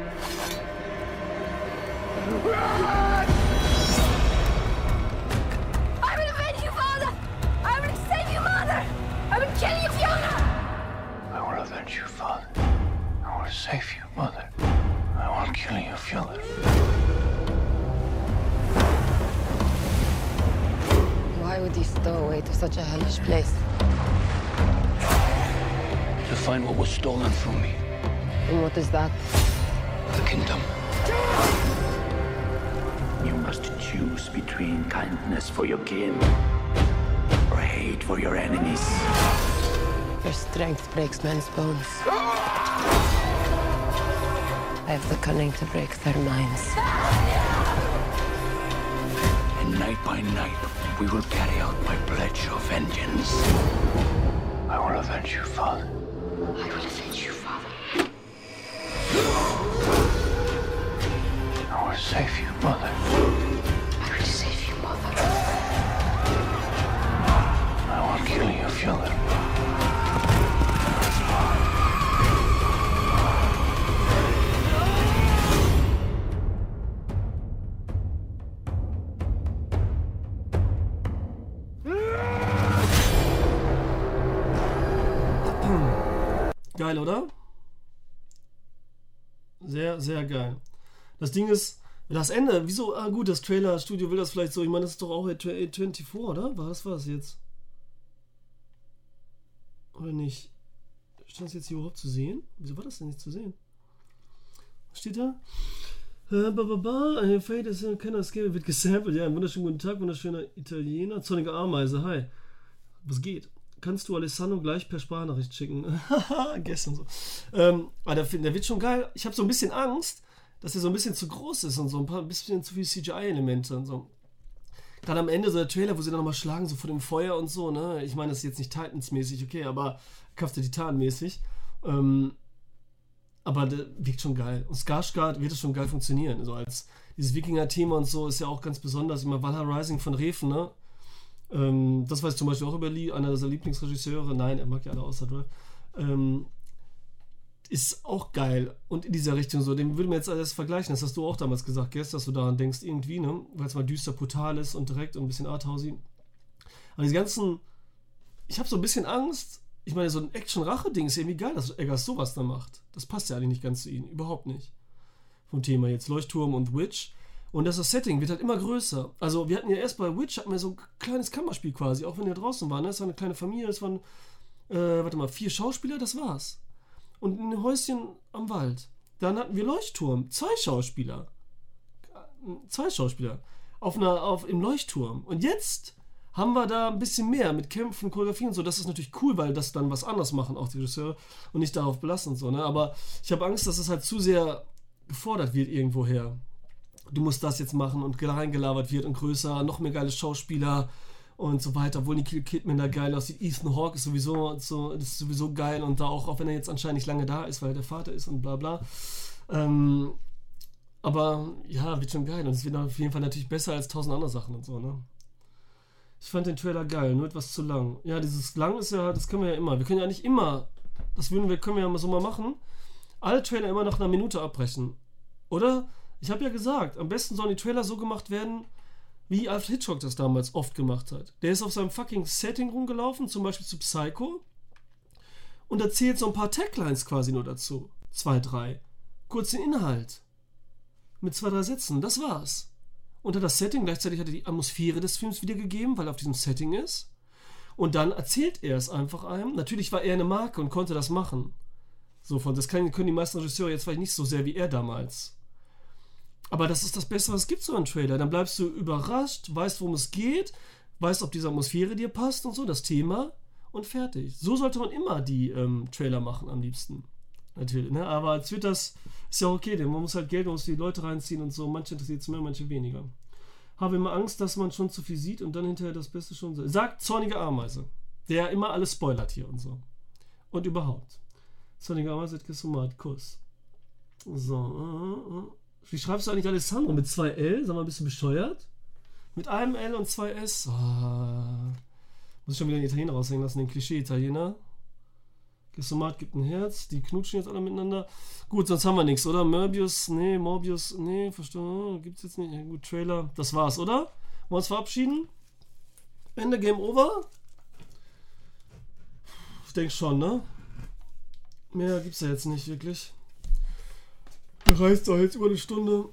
I will avenge you, Father! I will save you, Mother! I will kill you, Fiona! I will avenge you, Father. I will save you, Mother. I will kill you, Fiona. Why would he stow away to such a hellish place? To find what was stolen from me. And what is that? The kingdom. You must choose between kindness for your kin hate for your enemies. Your strength breaks men's bones. I have the cunning to break their minds. And night by night, we will carry out my pledge of vengeance. I will avenge you, Father. I will avenge you, Father. I will save you, Mother. I will save you, Mother. I will kill you, Philip. Geil, oder? Sehr, sehr geil. Das Ding ist, das Ende, wieso, gut, das Trailer-Studio will das vielleicht so, ich meine, das ist doch auch A24, oder? Was war das jetzt? Oder nicht? Stand das jetzt hier überhaupt zu sehen? Wieso war das denn nicht zu sehen? Was steht da? Fate is keiner Escape, wird gesampelt. Ja, einen wunderschönen guten Tag, wunderschöner Italiener. Zornige Ameise, hi. Was geht? Kannst du Alessandro gleich per Sprachnachricht schicken? Gestern so. Aber der wird schon geil. Ich habe so ein bisschen Angst, dass der so ein bisschen zu groß ist und so ein bisschen zu viele CGI-Elemente und so. Gerade am Ende so der Trailer, wo sie dann nochmal schlagen, so vor dem Feuer und so, ne? Ich meine, das ist jetzt nicht Titans-mäßig, okay, aber Kampf der Titan-mäßig. Aber der wirkt schon geil. Und Skarsgård wird es schon geil funktionieren. Also als dieses Wikinger-Thema und so ist ja auch ganz besonders. Immer Valhalla Rising von Refn, ne? Das weiß ich zum Beispiel auch über Lee, einer seiner Lieblingsregisseure. Nein, er mag ja alle außer Drive. Ist auch geil. Und in dieser Richtung so, den würde man jetzt alles vergleichen. Das hast du auch damals gesagt, Gest, dass du daran denkst, irgendwie, ne? Weil es mal düster, brutal ist und direkt und ein bisschen arthousey. Aber diese ganzen, ich habe so ein bisschen Angst. Ich meine, so ein Action-Rache-Ding ist irgendwie geil, dass Eggers sowas da macht. Das passt ja eigentlich nicht ganz zu ihnen. Überhaupt nicht. Vom Thema jetzt Leuchtturm und Witch. Und das Setting wird halt immer größer. Also wir hatten ja erst bei Witch hatten wir so ein kleines Kammerspiel quasi, auch wenn wir draußen waren. Ne? Es war eine kleine Familie, es waren 4 Schauspieler, das war's. Und ein Häuschen am Wald. Dann hatten wir Leuchtturm, 2 Schauspieler. Im Leuchtturm. Und jetzt haben wir da ein bisschen mehr mit Kämpfen, Choreografien und so. Das ist natürlich cool, weil das dann was anderes machen, auch die Regisseure, und nicht darauf belassen und so. Ne? Aber ich habe Angst, dass es halt zu sehr gefordert wird irgendwoher. Du musst das jetzt machen und reingelabert wird und größer, noch mehr geile Schauspieler und so weiter, obwohl Nicole Kidman da geil aussieht. Ethan Hawke ist sowieso geil und da auch wenn er jetzt anscheinend nicht lange da ist, weil er der Vater ist und bla bla. Aber ja, wird schon geil und es wird auf jeden Fall natürlich besser als 1000 andere Sachen und so, ne? Ich fand den Trailer geil, nur etwas zu lang. Ja, dieses lang ist ja, das können wir ja immer. Wir können ja nicht immer, können wir ja so mal machen, alle Trailer immer nach einer Minute abbrechen. Oder? Ich habe ja gesagt, am besten sollen die Trailer so gemacht werden, wie Alfred Hitchcock das damals oft gemacht hat. Der ist auf seinem fucking Setting rumgelaufen, zum Beispiel zu Psycho, und erzählt so ein paar Taglines quasi nur dazu. 2, 3. Kurz den Inhalt. Mit 2, 3 Sätzen. Das war's. Und hat das Setting, gleichzeitig hat er die Atmosphäre des Films wiedergegeben, weil er auf diesem Setting ist. Und dann erzählt er es einfach einem. Natürlich war er eine Marke und konnte das machen. Das können die meisten Regisseure jetzt vielleicht nicht so sehr wie er damals. Aber das ist das Beste, was es gibt, so ein Trailer. Dann bleibst du überrascht, weißt, worum es geht, weißt, ob diese Atmosphäre dir passt und so, das Thema, und fertig. So sollte man immer die Trailer machen, am liebsten. Natürlich, ne? Aber als wird das, ist ja okay, denn man muss halt Geld, man muss die Leute reinziehen und so. Manche interessiert es mehr, manche weniger. Habe immer Angst, dass man schon zu viel sieht und dann hinterher das Beste schon sagt zornige Ameise, der immer alles spoilert hier und so. Und überhaupt. Zornige Ameise hat Kissomat, Kuss. So, Wie schreibst du eigentlich Alessandro? Mit 2 L? Sag mal, ein bisschen bescheuert? Mit einem L und 2 S? Muss ich schon wieder einen Italiener raushängen lassen, den Klischee-Italiener. Gessomat gibt ein Herz, die knutschen jetzt alle miteinander. Gut, sonst haben wir nichts, oder? Morbius, verstanden, gibt's jetzt nicht. Ja, gut, Trailer, das war's, oder? Wollen wir uns verabschieden? Ende, Game Over? Ich denke schon, ne? Mehr gibt's ja jetzt nicht wirklich. Reicht doch jetzt über eine Stunde.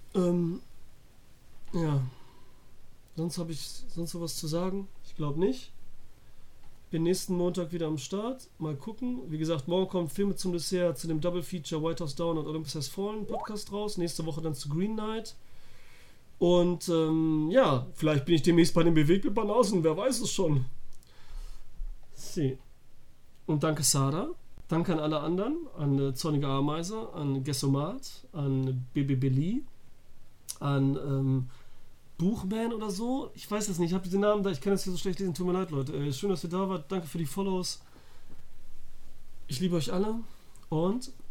Ja. Habe ich sonst noch was zu sagen? Ich glaube nicht. Bin nächsten Montag wieder am Start. Mal gucken. Wie gesagt, morgen kommen Filme zum Dessert zu dem Double Feature White House Down und Olympus Has Fallen Podcast raus. Nächste Woche dann zu Green Knight. Und ja, vielleicht bin ich demnächst bei den Bewegtbildbanausen. Wer weiß es schon. Merci. Und danke Sarah. Danke an alle anderen, an Zornige Ameise, an Gessomat, an BBBli, an Buchman oder so. Ich weiß es nicht, ich habe den Namen da, ich kann das hier so schlecht lesen, tut mir leid, Leute. Schön, dass ihr da wart, danke für die Follows. Ich liebe euch alle und